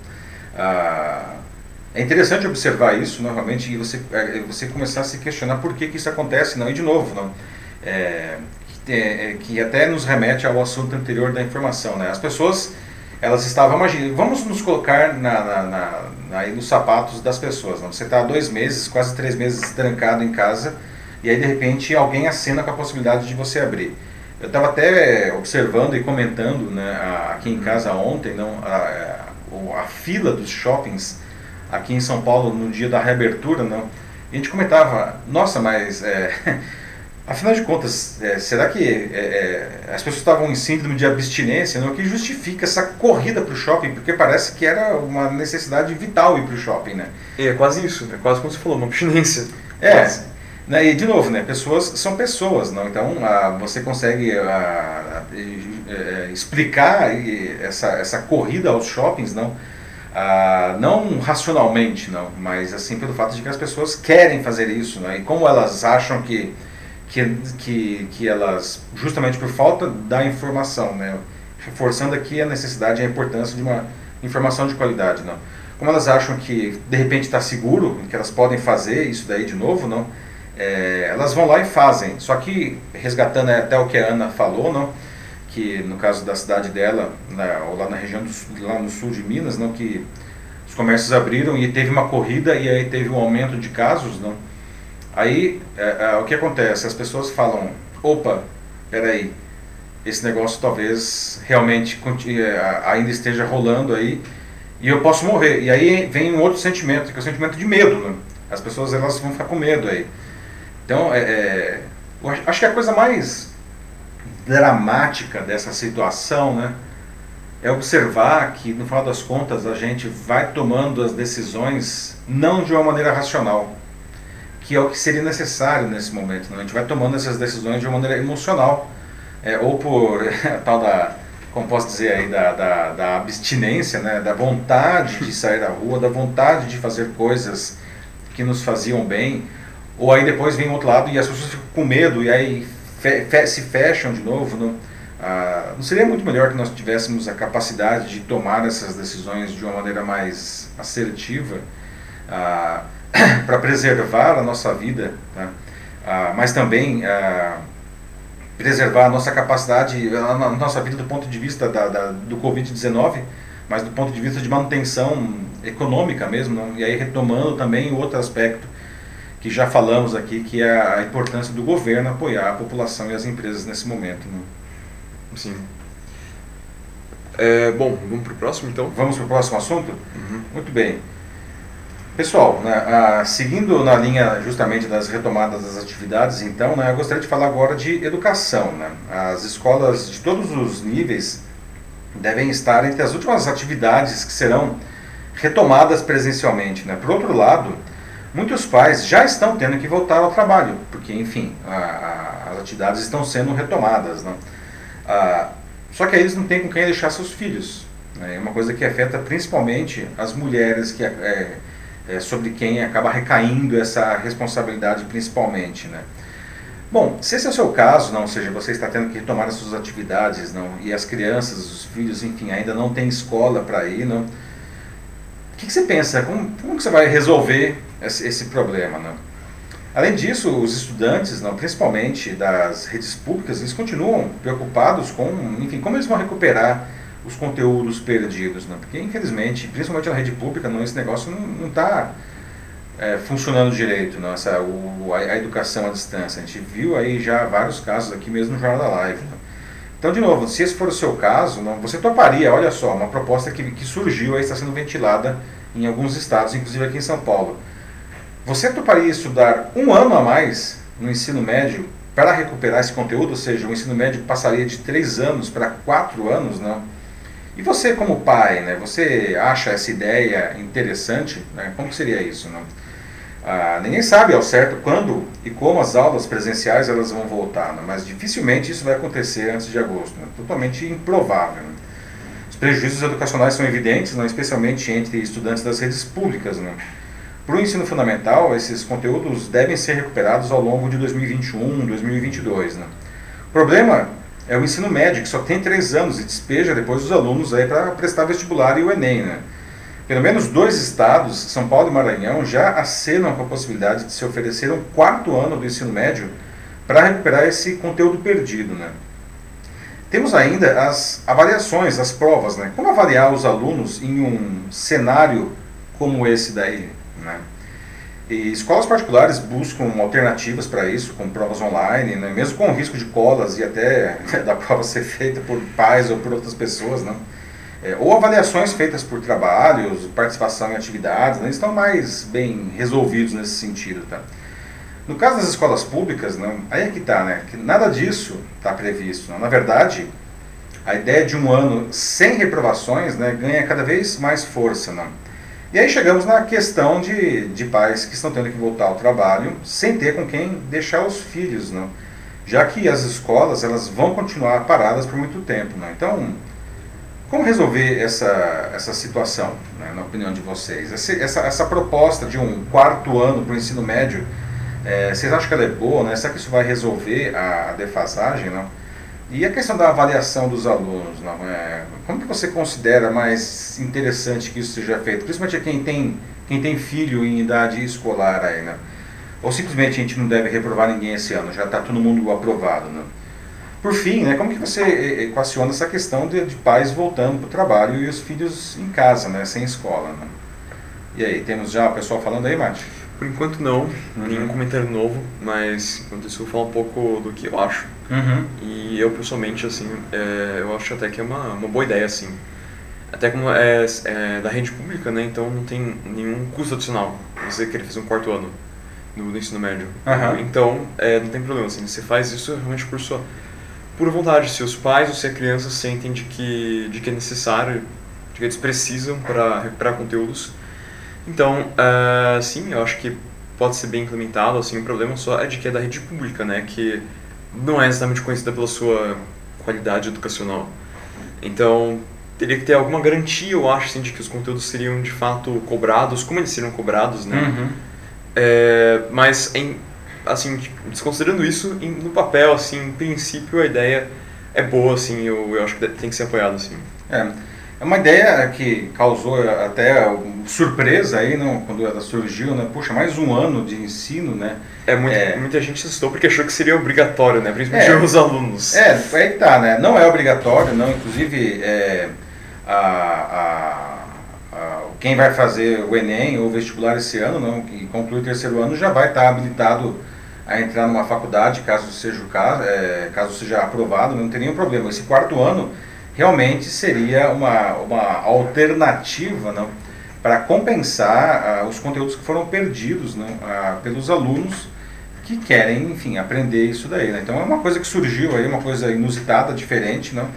Ah, é interessante observar isso novamente e você, você começar a se questionar por que, que isso acontece, não? E de novo, não? É, que, é, que até nos remete ao assunto anterior da informação, né? As pessoas, elas estavam, imagina, vamos nos colocar na, na, na, aí nos sapatos das pessoas, não? Você está há dois meses, quase três meses trancado em casa e aí de repente alguém acena com a possibilidade de você abrir. Eu estava até observando e comentando, né, aqui em casa ontem, não, a, a, a fila dos shoppings aqui em São Paulo no dia da reabertura, não, e a gente comentava, nossa, mas é, afinal de contas, é, será que é, é, as pessoas estavam em síndrome de abstinência, não? O que justifica essa corrida para o shopping? Porque parece que era uma necessidade vital ir para o shopping, né? E é quase isso, é quase como você falou, uma abstinência. É, né, e de novo, né, pessoas são pessoas, não? Então a, você consegue a, a, a, explicar essa, essa corrida aos shoppings, não? Ah, não racionalmente, não, mas assim pelo fato de que as pessoas querem fazer isso, né? E como elas acham que, que, que, que elas, justamente por falta da informação, né? Reforçando aqui a necessidade e a importância de uma informação de qualidade, não? Como elas acham que de repente está seguro, que elas podem fazer isso daí de novo, não? É, elas vão lá e fazem, só que resgatando até o que a Ana falou, não? Que no caso da cidade dela, na, ou lá na região do, lá no sul de Minas, não, que os comércios abriram e teve uma corrida e aí teve um aumento de casos, não. Aí é, é, o que acontece? As pessoas falam, opa, peraí, esse negócio talvez realmente ainda esteja rolando aí e eu posso morrer. E aí vem um outro sentimento, que é o sentimento de medo, né? As pessoas elas vão ficar com medo aí. Então, é, é, eu acho que a coisa mais dramática dessa situação, né, é observar que no final das contas a gente vai tomando as decisões não de uma maneira racional, que é o que seria necessário nesse momento, né? A gente vai tomando essas decisões de uma maneira emocional, é, ou por a tal da, como posso dizer aí, da, da, da abstinência, né, da vontade de sair da rua, da vontade de fazer coisas que nos faziam bem, ou aí depois vem o outro lado e as pessoas ficam com medo e aí Fe, fe, se fecham de novo, não? Ah, não seria muito melhor que nós tivéssemos a capacidade de tomar essas decisões de uma maneira mais assertiva, ah, para preservar a nossa vida, tá? Ah, mas também ah, preservar a nossa capacidade, a nossa vida do ponto de vista da, da, do covid dezenove, mas do ponto de vista de manutenção econômica mesmo, não? E aí retomando também o outro aspecto que já falamos aqui, que é a importância do governo apoiar a população e as empresas nesse momento. Né? Sim. É, bom, vamos para o próximo então? Vamos para o próximo assunto? Uhum. Muito bem. Pessoal, né, a, seguindo na linha justamente das retomadas das atividades, então, né, eu gostaria de falar agora de educação. Né? As escolas de todos os níveis devem estar entre as últimas atividades que serão retomadas presencialmente. Né? Por outro lado, muitos pais já estão tendo que voltar ao trabalho, porque, enfim, a, a, as atividades estão sendo retomadas, né? Ah, só que aí eles não têm com quem deixar seus filhos. É uma coisa que afeta principalmente as mulheres, que é, é sobre quem acaba recaindo essa responsabilidade principalmente, né? Bom, se esse é o seu caso, não, ou seja, você está tendo que retomar as suas atividades, não, e as crianças, os filhos, enfim, ainda não têm escola para ir, não, o que, que você pensa? Como, como que você vai resolver esse, esse problema, não? Além disso, os estudantes, não, principalmente das redes públicas, eles continuam preocupados com, enfim, como eles vão recuperar os conteúdos perdidos, não? Porque, infelizmente, principalmente na rede pública, não, esse negócio não está é, funcionando direito, não? Essa, o, a, a educação à distância. A gente viu aí já vários casos aqui mesmo no Jornal da Live, não? Então, de novo, se esse for o seu caso, não, você toparia, olha só, uma proposta que, que surgiu aí, está sendo ventilada em alguns estados, inclusive aqui em São Paulo. Você toparia estudar um ano a mais no ensino médio para recuperar esse conteúdo? Ou seja, o ensino médio passaria de três anos para quatro anos, não? E você como pai, né, você acha essa ideia interessante? Né? Como seria isso, não? Ah, ninguém sabe ao certo quando e como as aulas presenciais elas vão voltar, né? Mas dificilmente isso vai acontecer antes de agosto, né? Totalmente improvável, né? Os prejuízos educacionais são evidentes, né? Especialmente entre estudantes das redes públicas, né? Para o ensino fundamental, esses conteúdos devem ser recuperados ao longo de dois mil e vinte e um, dois mil e vinte e dois. Né? O problema é o ensino médio, que só tem três anos e despeja depois os alunos para prestar vestibular e o Enem. Né? Pelo menos dois estados, São Paulo e Maranhão, já acenam com a possibilidade de se oferecer um quarto ano do ensino médio para recuperar esse conteúdo perdido. Né? Temos ainda as avaliações, as provas. Né? Como avaliar os alunos em um cenário como esse daí? Né? E escolas particulares buscam alternativas para isso, com provas online, né? Mesmo com o risco de colas e até da prova ser feita por pais ou por outras pessoas, né? É, ou avaliações feitas por trabalhos, participação em atividades, né? Eles estão mais bem resolvidos nesse sentido. Tá? No caso das escolas públicas, né? Aí é que está, né? Que nada disso está previsto. Né? Na verdade, a ideia de um ano sem reprovações, né, ganha cada vez mais força. Né? E aí chegamos na questão de, de pais que estão tendo que voltar ao trabalho sem ter com quem deixar os filhos, né? Já que as escolas elas vão continuar paradas por muito tempo. Né? Então, como resolver essa, essa situação, né, na opinião de vocês? Esse, essa, essa proposta de um quarto ano para o ensino médio, é, vocês acham que ela é boa? Né? Será que isso vai resolver a, a defasagem? Não? E a questão da avaliação dos alunos, não é? Como que você considera mais interessante que isso seja feito? Principalmente quem tem, quem tem filho em idade escolar aí, né? Ou simplesmente a gente não deve reprovar ninguém esse ano, já está todo mundo aprovado, né? Por fim, né, como que você equaciona essa questão de, de pais voltando para o trabalho e os filhos em casa, né, sem escola, né? E aí, temos já o pessoal falando aí, Mati? Por enquanto não, Uhum. nenhum comentário novo, mas enquanto isso eu vou falar um pouco do que eu acho. Uhum. E eu pessoalmente, assim, é, eu acho até que é uma, uma boa ideia, assim. Até como é, é da rede pública, né, então não tem nenhum custo adicional você querer fazer um quarto ano no, no ensino médio. Uhum. Então, é, não tem problema, assim, você faz isso realmente por sua por vontade. Se os pais ou se a criança sentem de que, de que é necessário, de que eles precisam para recuperar conteúdos. Então, uh, sim, eu acho que pode ser bem implementado, assim, o problema só é de que é da rede pública, né, que não é exatamente conhecida pela sua qualidade educacional. Então, teria que ter alguma garantia, eu acho, assim, de que os conteúdos seriam de fato cobrados, como eles seriam cobrados, né, Uhum. é, mas, em, assim, desconsiderando isso, em, no papel, assim, em princípio a ideia é boa, assim, eu, eu acho que tem que ser apoiado, assim. É. É uma ideia que causou até surpresa aí, não, quando ela surgiu, né? Puxa, mais um ano de ensino, né? É, muita, é, muita gente assustou porque achou que seria obrigatório, né? Principalmente é, os alunos. É, aí que tá, né? Não é obrigatório, não. Inclusive, é, a, a, a, quem vai fazer o Enem ou o vestibular esse ano, não, que conclui o terceiro ano, já vai estar habilitado a entrar numa faculdade, caso seja o caso, é, caso seja aprovado, não tem nenhum problema. Esse quarto ano realmente seria uma, uma alternativa, não, para compensar uh, os conteúdos que foram perdidos, não, uh, pelos alunos que querem, enfim, aprender isso daí. Né? Então é uma coisa que surgiu aí, uma coisa inusitada, diferente, não,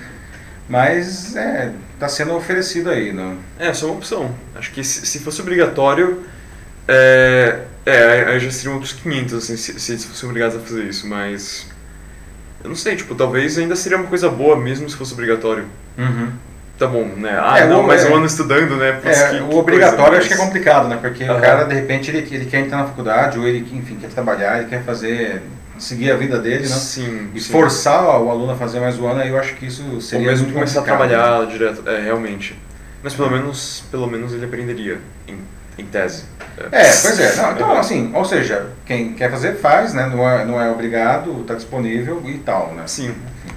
mas está é, sendo oferecido aí. Não? É, só uma opção. Acho que se, se fosse obrigatório, É, é, aí já seriam outros quinhentos, assim, se, se eles fossem obrigados a fazer isso, mas... Eu não sei, tipo, talvez ainda seria uma coisa boa mesmo se fosse obrigatório. Uhum. Tá bom, né? Ah, É, não, o- mais é- um ano estudando, né? Putz, É, que- o que obrigatório coisa, acho que é mas- complicado, né? Porque o Aham. cara, de repente, ele, ele quer entrar na faculdade, ou ele, enfim, quer trabalhar, ele quer fazer, seguir a vida dele, né? Sim, E sim. forçar o aluno a fazer mais um ano, aí eu acho que isso Ou seria mesmo muito começar a complicado, né? trabalhar direto, é, realmente. Mas pelo menos, pelo menos ele aprenderia, em, em tese. É, pois é. Não, então, Aham. assim, ou seja, quem quer fazer, faz, né? Não é, não é obrigado, está disponível e tal, né? Sim.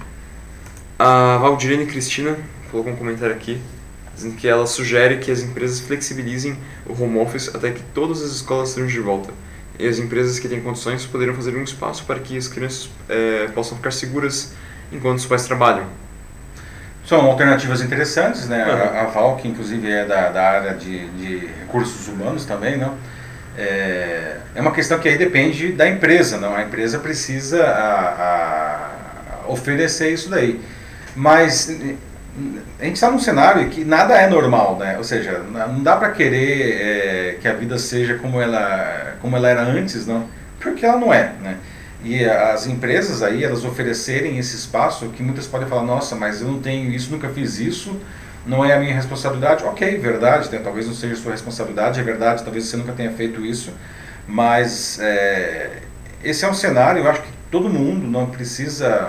A Valdirene Cristina colocou um comentário aqui, dizendo que ela sugere que as empresas flexibilizem o home office até que todas as escolas estejam de volta. E as empresas que têm condições poderiam fazer um espaço para que as crianças eh, possam ficar seguras enquanto os pais trabalham. São alternativas interessantes, né? Aham. A, a Val, que inclusive é da, da área de, de recursos humanos também, não? É, é uma questão que aí depende da empresa, não? A empresa precisa a, a oferecer isso daí. Mas a gente está num cenário que nada é normal, né? Ou seja, não dá para querer é, que a vida seja como ela, como ela era antes, não? Porque ela não é, né? E as empresas aí, elas oferecerem esse espaço que muitas podem falar, nossa, mas eu não tenho isso, nunca fiz isso, não é a minha responsabilidade. Ok, verdade, né? Talvez não seja a sua responsabilidade, é verdade, talvez você nunca tenha feito isso, mas é, esse é um cenário, eu acho que todo mundo não precisa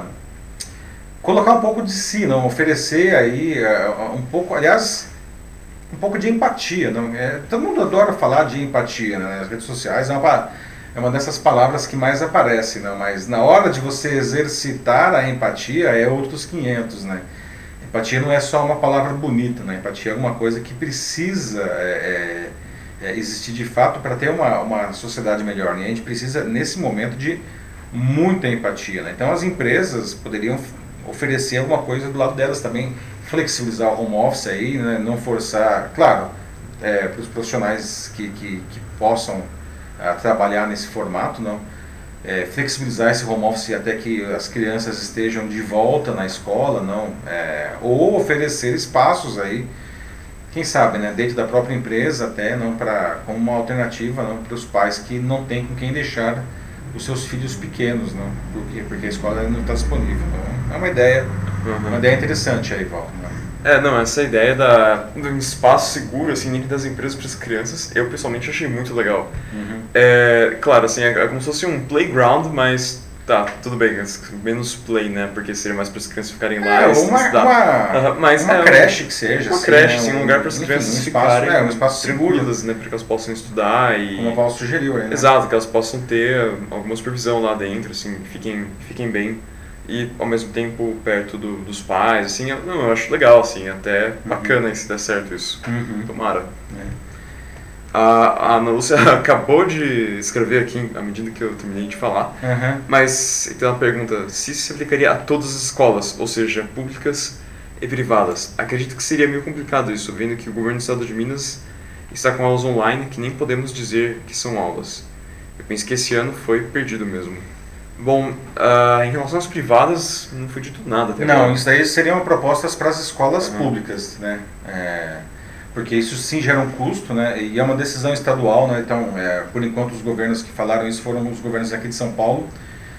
colocar um pouco de si, não oferecer aí uh, um pouco, aliás, um pouco de empatia, não é, todo mundo adora falar de empatia, né, nas redes sociais, é uma, é uma dessas palavras que mais aparece, não, mas na hora de você exercitar a empatia é outros quinhentos, né? Empatia não é só uma palavra bonita, né? Empatia é alguma coisa que precisa é, é, é, existir de fato para ter uma, uma sociedade melhor, né? E a gente precisa nesse momento de muita empatia, né? Então as empresas poderiam oferecer alguma coisa do lado delas também, flexibilizar o home office aí, né? Não forçar, claro, é, para os profissionais que, que, que possam ah, trabalhar nesse formato, não? É, flexibilizar esse home office até que as crianças estejam de volta na escola, não? É, ou oferecer espaços aí, quem sabe, né? Dentro da própria empresa até, não, para como uma alternativa, não, para os pais que não têm com quem deixar os seus filhos pequenos, não? Porque, porque a escola não está disponível. Não? É uma ideia, Uhum. uma ideia interessante aí, Val. Não? É, não, essa ideia da, de um espaço seguro, assim, dentro das empresas para as crianças, eu pessoalmente achei muito legal. Uhum. É, claro, assim, é, é como se fosse um playground, mas tá, tudo bem, menos play, né, porque seria mais para as crianças ficarem lá É, e uma, estudar. uma, Uhum, mas uma é, creche que seja. Uma assim, creche, né? assim, um lugar para as Enfim, crianças um espaço, ficarem é, um espaço tranquilas, seguro, né, para que elas possam estudar e... como a Val sugeriu aí, né? Exato, que elas possam ter alguma supervisão lá dentro, assim, que fiquem, fiquem bem e ao mesmo tempo perto do, dos pais, assim, eu, não, eu acho legal, assim, até bacana se der certo isso. Uhum. Tomara. É. A, a Ana Lúcia acabou de escrever aqui à medida que eu terminei de falar, Uhum. mas tem uma pergunta, se isso se aplicaria a todas as escolas, ou seja, públicas e privadas. Acredito que seria meio complicado isso, vendo que o governo do estado de Minas está com aulas online que nem podemos dizer que são aulas. Eu penso que esse ano foi perdido mesmo. Bom, uh, em relação às privadas, não foi dito nada até agora. Não, isso daí seriam propostas para as escolas Uhum. públicas, né? É, porque isso sim gera um custo, né? E é uma decisão estadual, né? Então, é, por enquanto, os governos que falaram isso foram os governos aqui de São Paulo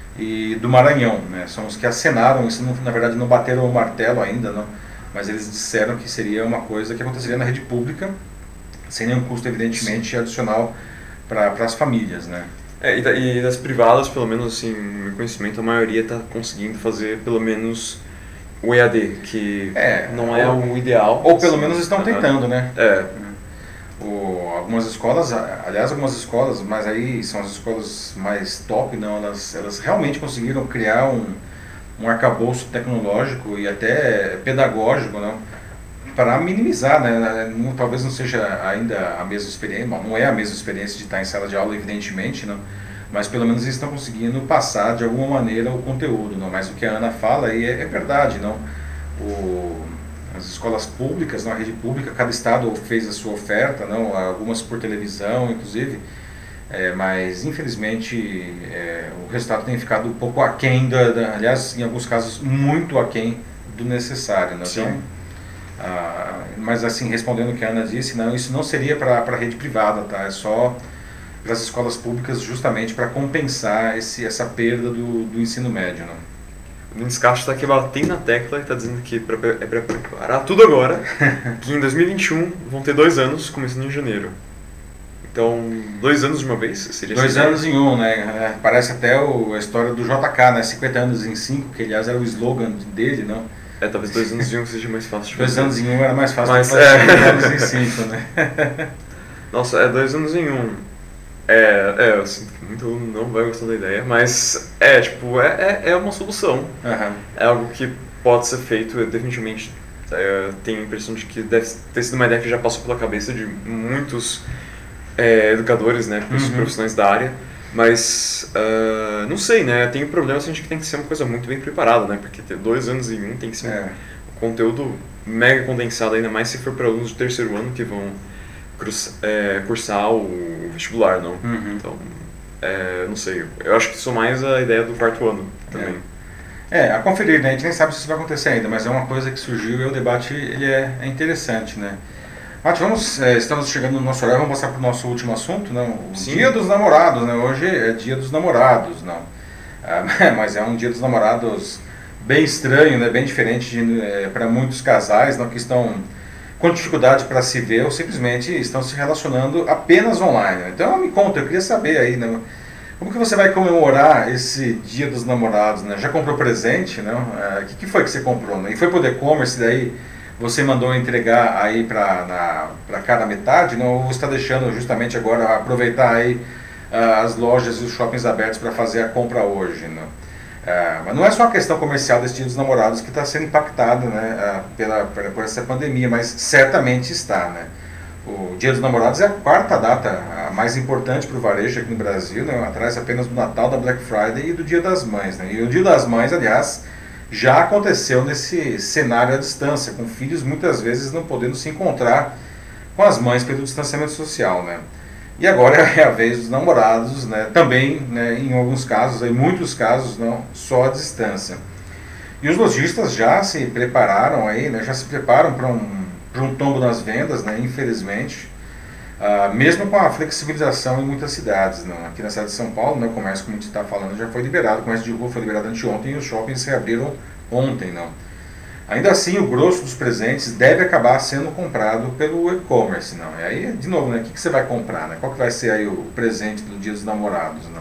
e do Maranhão, né? São os que acenaram isso, não, na verdade não bateram o martelo ainda, não. Mas eles disseram que seria uma coisa que aconteceria na rede pública, sem nenhum custo, evidentemente, adicional para as famílias, né? É, e, da, e das privadas, pelo menos assim, no meu conhecimento, a maioria está conseguindo fazer pelo menos o E A D, que É, não é ou, o ideal. ou pelo assim, menos estão uhum. tentando, né? É. O, algumas escolas, aliás, algumas escolas, mas aí são as escolas mais top, não, elas, elas realmente conseguiram criar um, um arcabouço tecnológico e até pedagógico, não, para minimizar, né? Não, talvez não seja ainda a mesma experiência, não é a mesma experiência de estar em sala de aula, evidentemente, não, mas pelo menos eles estão conseguindo passar de alguma maneira o conteúdo, não. Mas o que a Ana fala aí é, é verdade, não. O, as escolas públicas, na rede pública, cada estado fez a sua oferta, não, algumas por televisão, inclusive, é, mas infelizmente é, o resultado tem ficado um pouco aquém, da, da, aliás, em alguns casos, muito aquém do necessário, não. Então, ah, mas assim, respondendo o que a Ana disse, não, isso não seria para a rede privada, tá? É só para as escolas públicas justamente para compensar esse, essa perda do, do ensino médio, não? O Denis Castro está aqui batendo na tecla e está dizendo que pra, é para preparar tudo agora, que em dois mil e vinte e um vão ter dois anos, começando em janeiro. Então, dois anos de uma vez? Seria dois assim, anos em um, né? Parece até o, a história do J K, né? cinquenta anos em cinco, que aliás era o slogan dele, não? É, talvez dois anos em um seja mais fácil de Dois fazer. anos em um era mais fácil Mas, de fazer é. cinquenta anos em cinco, né? Nossa, é dois anos em um. É, é, eu sinto que muito aluno não vai gostar da ideia, mas é, tipo, é, é, é uma solução. Uhum. É algo que pode ser feito, eu definitivamente é, tenho a impressão de que deve ter sido uma ideia que já passou pela cabeça de muitos é, educadores, né, Uhum. profissionais da área, mas uh, não sei, né, tem um problema assim, de que tem que ser uma coisa muito bem preparada, né, porque ter dois anos em um tem que ser É. um conteúdo mega condensado, ainda mais se for para alunos de terceiro ano que vão cruz, é, cursar o vestibular, não? Uhum. Então, é, não sei, eu acho que isso mais a ideia do quarto ano também. É. é, a conferir, né? A gente nem sabe se isso vai acontecer ainda, mas é uma coisa que surgiu e o debate ele é, é interessante, né? Mate, vamos, é, estamos chegando no nosso horário, vamos passar para o nosso último assunto, não? O Sim. Dia dos Namorados, né? Hoje é Dia dos Namorados, não? Ah, mas é um Dia dos Namorados bem estranho, né? Bem diferente é, para muitos casais, não? Que estão com dificuldade para se ver ou simplesmente estão se relacionando apenas online. Então me conta, eu queria saber aí, né? Como que você vai comemorar esse Dia dos Namorados, né? Já comprou presente, não? O que, que foi que você comprou, né? E foi por e-commerce, daí você mandou entregar aí para cada metade, não? Ou você está deixando justamente agora aproveitar aí uh, as lojas e os shoppings abertos para fazer a compra hoje, não? Uh, mas não é só a questão comercial desse Dia dos Namorados que está sendo impactada, né, uh, pela, pela, por essa pandemia, mas certamente está, né? O Dia dos Namorados é a quarta data a mais importante para o varejo aqui no Brasil, né, atrás apenas do Natal, da Black Friday e do Dia das Mães, né? E o Dia das Mães, aliás, já aconteceu nesse cenário à distância, com filhos muitas vezes não podendo se encontrar com as mães pelo distanciamento social, né? E agora é a vez dos namorados, né? Também, né, em alguns casos, em muitos casos, não, só à distância. E os lojistas já se prepararam aí, né, já se preparam para um, para um tombo nas vendas, né, infelizmente, uh, mesmo com a flexibilização em muitas cidades. Não? Aqui na cidade de São Paulo, né, o comércio, como a gente está falando, já foi liberado, o comércio de rua foi liberado anteontem e os shoppings se abriram ontem. Não? Ainda assim, o grosso dos presentes deve acabar sendo comprado pelo e-commerce, não? E aí, de novo, né, o que, que você vai comprar, né? Qual que vai ser aí o presente do Dia dos Namorados, não?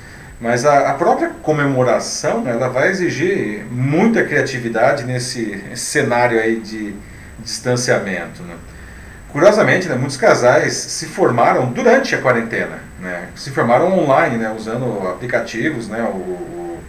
Mas a, a própria comemoração, né, ela vai exigir muita criatividade nesse cenário aí de distanciamento, né? Curiosamente, né, muitos casais se formaram durante a quarentena, né? Se formaram online, né, usando aplicativos, né, o, o,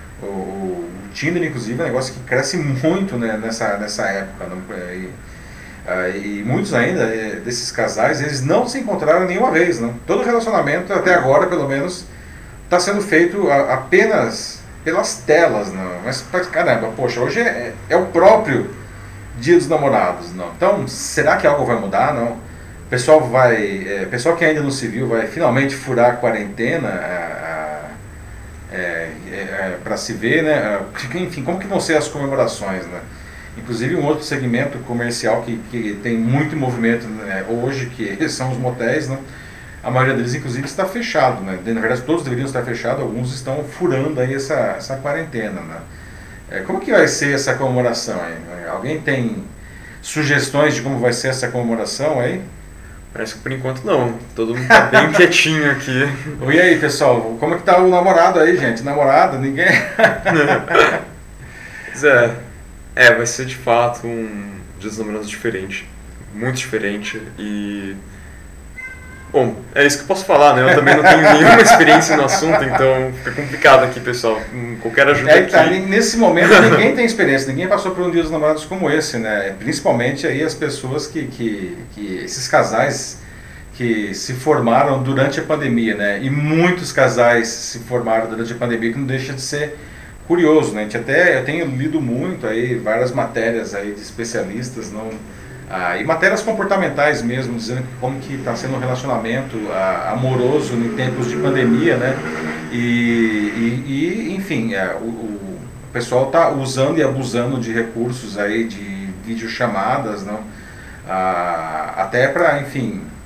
o Tinder, inclusive, é um negócio que cresce muito, né, nessa, nessa época. Né? E, e muitos ainda desses casais, eles não se encontraram nenhuma vez. Né? Todo relacionamento, até agora, pelo menos, está sendo feito apenas pelas telas. Né? Mas, caramba, poxa, hoje é, é o próprio Dia dos Namorados. Não? Então, será que algo vai mudar? Não? O pessoal, vai, é, pessoal que ainda não se viu vai finalmente furar a quarentena, a, É, é, é, para se ver, né? Enfim, como que vão ser as comemorações, né? Inclusive um outro segmento comercial que, que tem muito movimento, né, hoje, que são os motéis, né? A maioria deles inclusive está fechado, né? Na verdade todos deveriam estar fechados, alguns estão furando aí essa, essa quarentena, né? É, como que vai ser essa comemoração aí? Alguém tem sugestões de como vai ser essa comemoração aí? Parece que por enquanto não, todo mundo tá bem quietinho aqui. E aí, pessoal, como é que tá o namorado aí, gente? Namorado? Ninguém? Pois é, é, vai ser de fato um Dia dos Namorados diferente, muito diferente e... Bom, é isso que eu posso falar, né? Eu também não tenho nenhuma experiência no assunto, então fica complicado aqui, pessoal. Qualquer ajuda é, aqui... Tá, nesse momento ninguém tem experiência, ninguém passou por um Dia dos Namorados como esse, né? Principalmente aí as pessoas que, que, que... esses casais que se formaram durante a pandemia, né? E muitos casais se formaram durante a pandemia, que não deixa de ser curioso, né? A gente até, eu tenho lido muito aí, várias matérias aí de especialistas, não... Ah, e matérias comportamentais mesmo, dizendo que como que está sendo um relacionamento ah, amoroso em tempos de pandemia, né? E, e, e enfim, é, o, o pessoal está usando e abusando de recursos aí, de videochamadas, não? Ah, até para, enfim,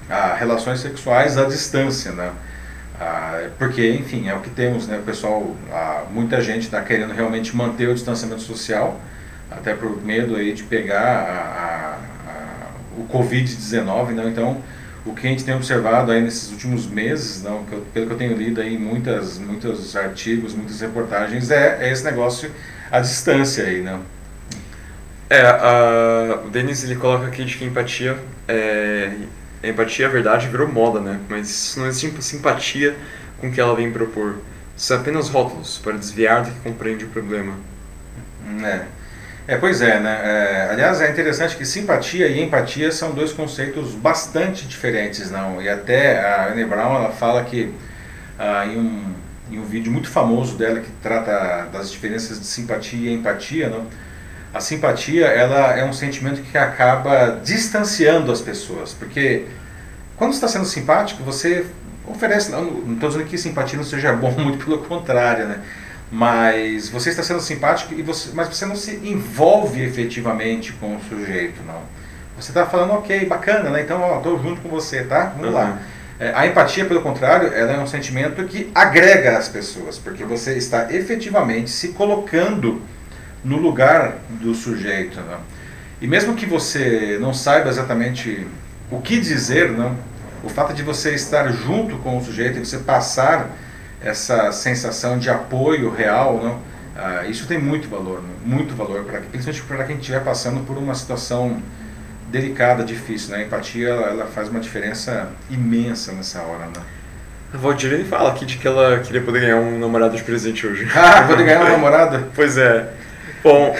a relações sexuais à distância, né? Ah, porque, enfim, é o que temos, né? O pessoal, ah, muita gente está querendo realmente manter o distanciamento social, até por medo aí de pegar a, a, a, o covid dezenove, né? Então, o que a gente tem observado aí nesses últimos meses, não, que eu, pelo que eu tenho lido aí muitas, muitos artigos, muitas reportagens, é, é esse negócio à distância aí, né? É, a, o Denis ele coloca aqui de que empatia, é, a empatia, a verdade, virou moda, né? Mas não existe simpatia com o que ela vem propor. São apenas rótulos para desviar do que compreende o problema. É. É, pois é, né? É, aliás, é interessante que simpatia e empatia são dois conceitos bastante diferentes, não? E até a Brené Brown, ela fala que ah, em, um, em um vídeo muito famoso dela que trata das diferenças de simpatia e empatia, não? A simpatia, ela é um sentimento que acaba distanciando as pessoas, porque quando você está sendo simpático, você oferece, não estou dizendo que simpatia não seja bom, muito pelo contrário, né? Mas você está sendo simpático, e você, mas você não se envolve efetivamente com o sujeito, não. Você está falando, ok, bacana, né? Então, estou junto com você, tá? Vamos uhum. lá. É, a empatia, pelo contrário, ela é um sentimento que agrega as pessoas, porque você está efetivamente se colocando no lugar do sujeito, não. E mesmo que você não saiba exatamente o que dizer, não, o fato de você estar junto com o sujeito e você passar essa sensação de apoio real, não? Ah, isso tem muito valor, né? Muito valor, pra, principalmente para quem estiver passando por uma situação delicada, difícil, né? A empatia, ela, ela faz uma diferença imensa nessa hora, né? A Valdirene fala aqui de que ela queria poder ganhar um namorado de presente hoje. Ah, poder ganhar um namorado? Pois é. Bom,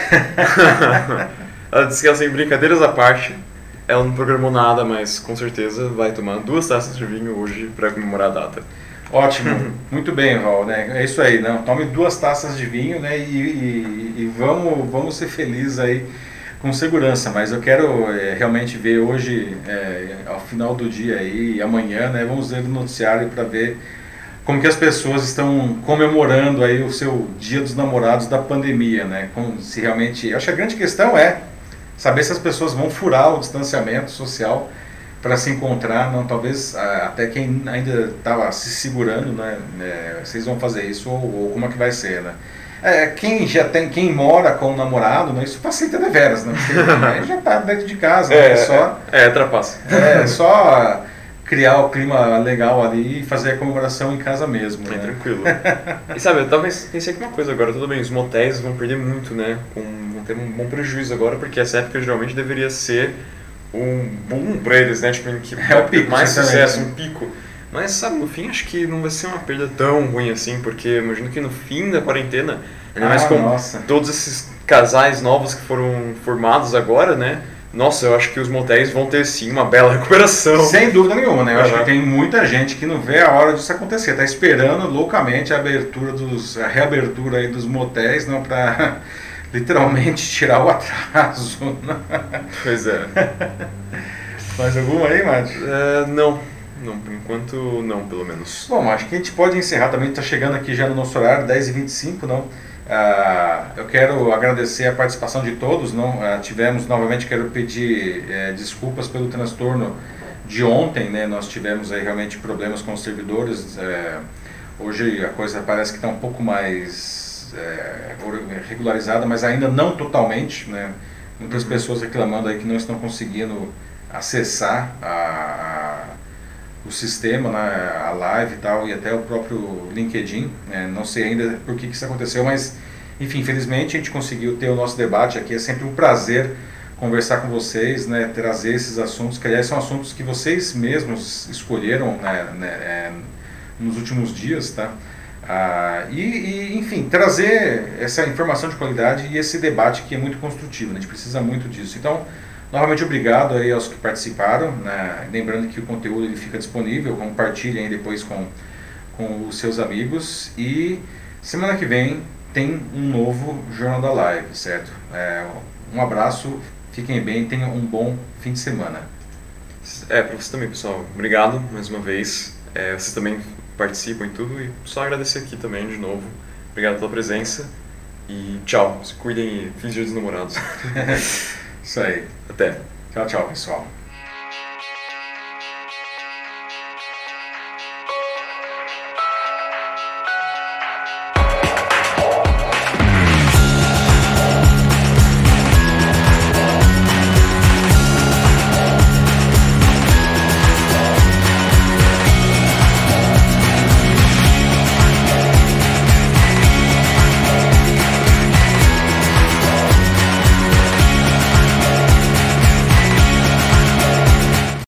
ela disse que ela, sem brincadeiras à parte, ela não programou nada, mas com certeza vai tomar duas taças de vinho hoje para comemorar a data. Ótimo, muito bem, Val, né? É isso aí, né? Tome duas taças de vinho, né? E, e, e vamos, vamos ser felizes aí com segurança. Mas eu quero é, realmente ver hoje, é, ao final do dia aí, e amanhã, né? Vamos ver o noticiário para ver como que as pessoas estão comemorando aí o seu Dia dos Namorados da pandemia, né? Com, se realmente, eu acho que a grande questão é saber se as pessoas vão furar o distanciamento social para se encontrar, não, talvez até quem ainda estava se segurando, né, é, vocês vão fazer isso ou, ou como é que vai ser, né? É, quem já tem, quem mora com o namorado, né, isso facilita deveras, né? Porque já está dentro de casa, é, né? É só é, é trapaça. É só criar o clima legal ali e fazer a comemoração em casa mesmo. É né? tranquilo. E sabe, eu tava pensei que uma coisa agora, tudo bem, os motéis vão perder muito, né? Com, vão ter um bom prejuízo agora, porque essa época geralmente deveria ser um boom pra eles, né? Tipo, em que é o pico, mais sucesso, um pico. Mas, sabe, no fim acho que não vai ser uma perda tão ruim assim, porque imagino que no fim da quarentena, ainda ah, mais com nossa. todos esses casais novos que foram formados agora, né? Nossa, eu acho que os motéis vão ter sim uma bela recuperação. Sem dúvida nenhuma, né? Eu uhum. acho que tem muita gente que não vê a hora disso acontecer, tá esperando loucamente a abertura dos, a reabertura aí dos motéis, não, pra literalmente tirar o atraso. Pois é. Mais alguma aí, Márcio? Uh, não, não, por enquanto não, pelo menos. Bom, acho que a gente pode encerrar também, está chegando aqui já no nosso horário, dez e vinte e cinco, não? Uh, eu quero agradecer a participação de todos, não? Uh, tivemos, novamente, quero pedir uh, desculpas pelo transtorno de ontem, né? Nós tivemos aí realmente problemas com os servidores, uh, hoje a coisa parece que está um pouco mais É, regularizada, mas ainda não totalmente, né? Muitas uhum. pessoas reclamando aí que não estão conseguindo acessar a, a, o sistema, né? A live e tal, e até o próprio LinkedIn, né? Não sei ainda por que, que isso aconteceu, mas enfim, infelizmente a gente conseguiu ter o nosso debate aqui. É sempre um prazer conversar com vocês, né? Trazer esses assuntos, que aliás são assuntos que vocês mesmos escolheram, né? né? É, nos últimos dias, tá? Ah, e, e, enfim, trazer essa informação de qualidade e esse debate que é muito construtivo, né? A gente precisa muito disso. Então, novamente obrigado aí aos que participaram, né? Lembrando que o conteúdo ele fica disponível, compartilhem aí depois com, com os seus amigos, e semana que vem tem um novo Jornal da Live, certo? É, um abraço, fiquem bem, tenham um bom fim de semana. É, para você também, pessoal, obrigado mais uma vez, é, vocês também participam e tudo, e só agradecer aqui também de novo. Obrigado pela presença e tchau. Se cuidem e feliz dia dos namorados. Isso aí. Até. Tchau, tchau, pessoal.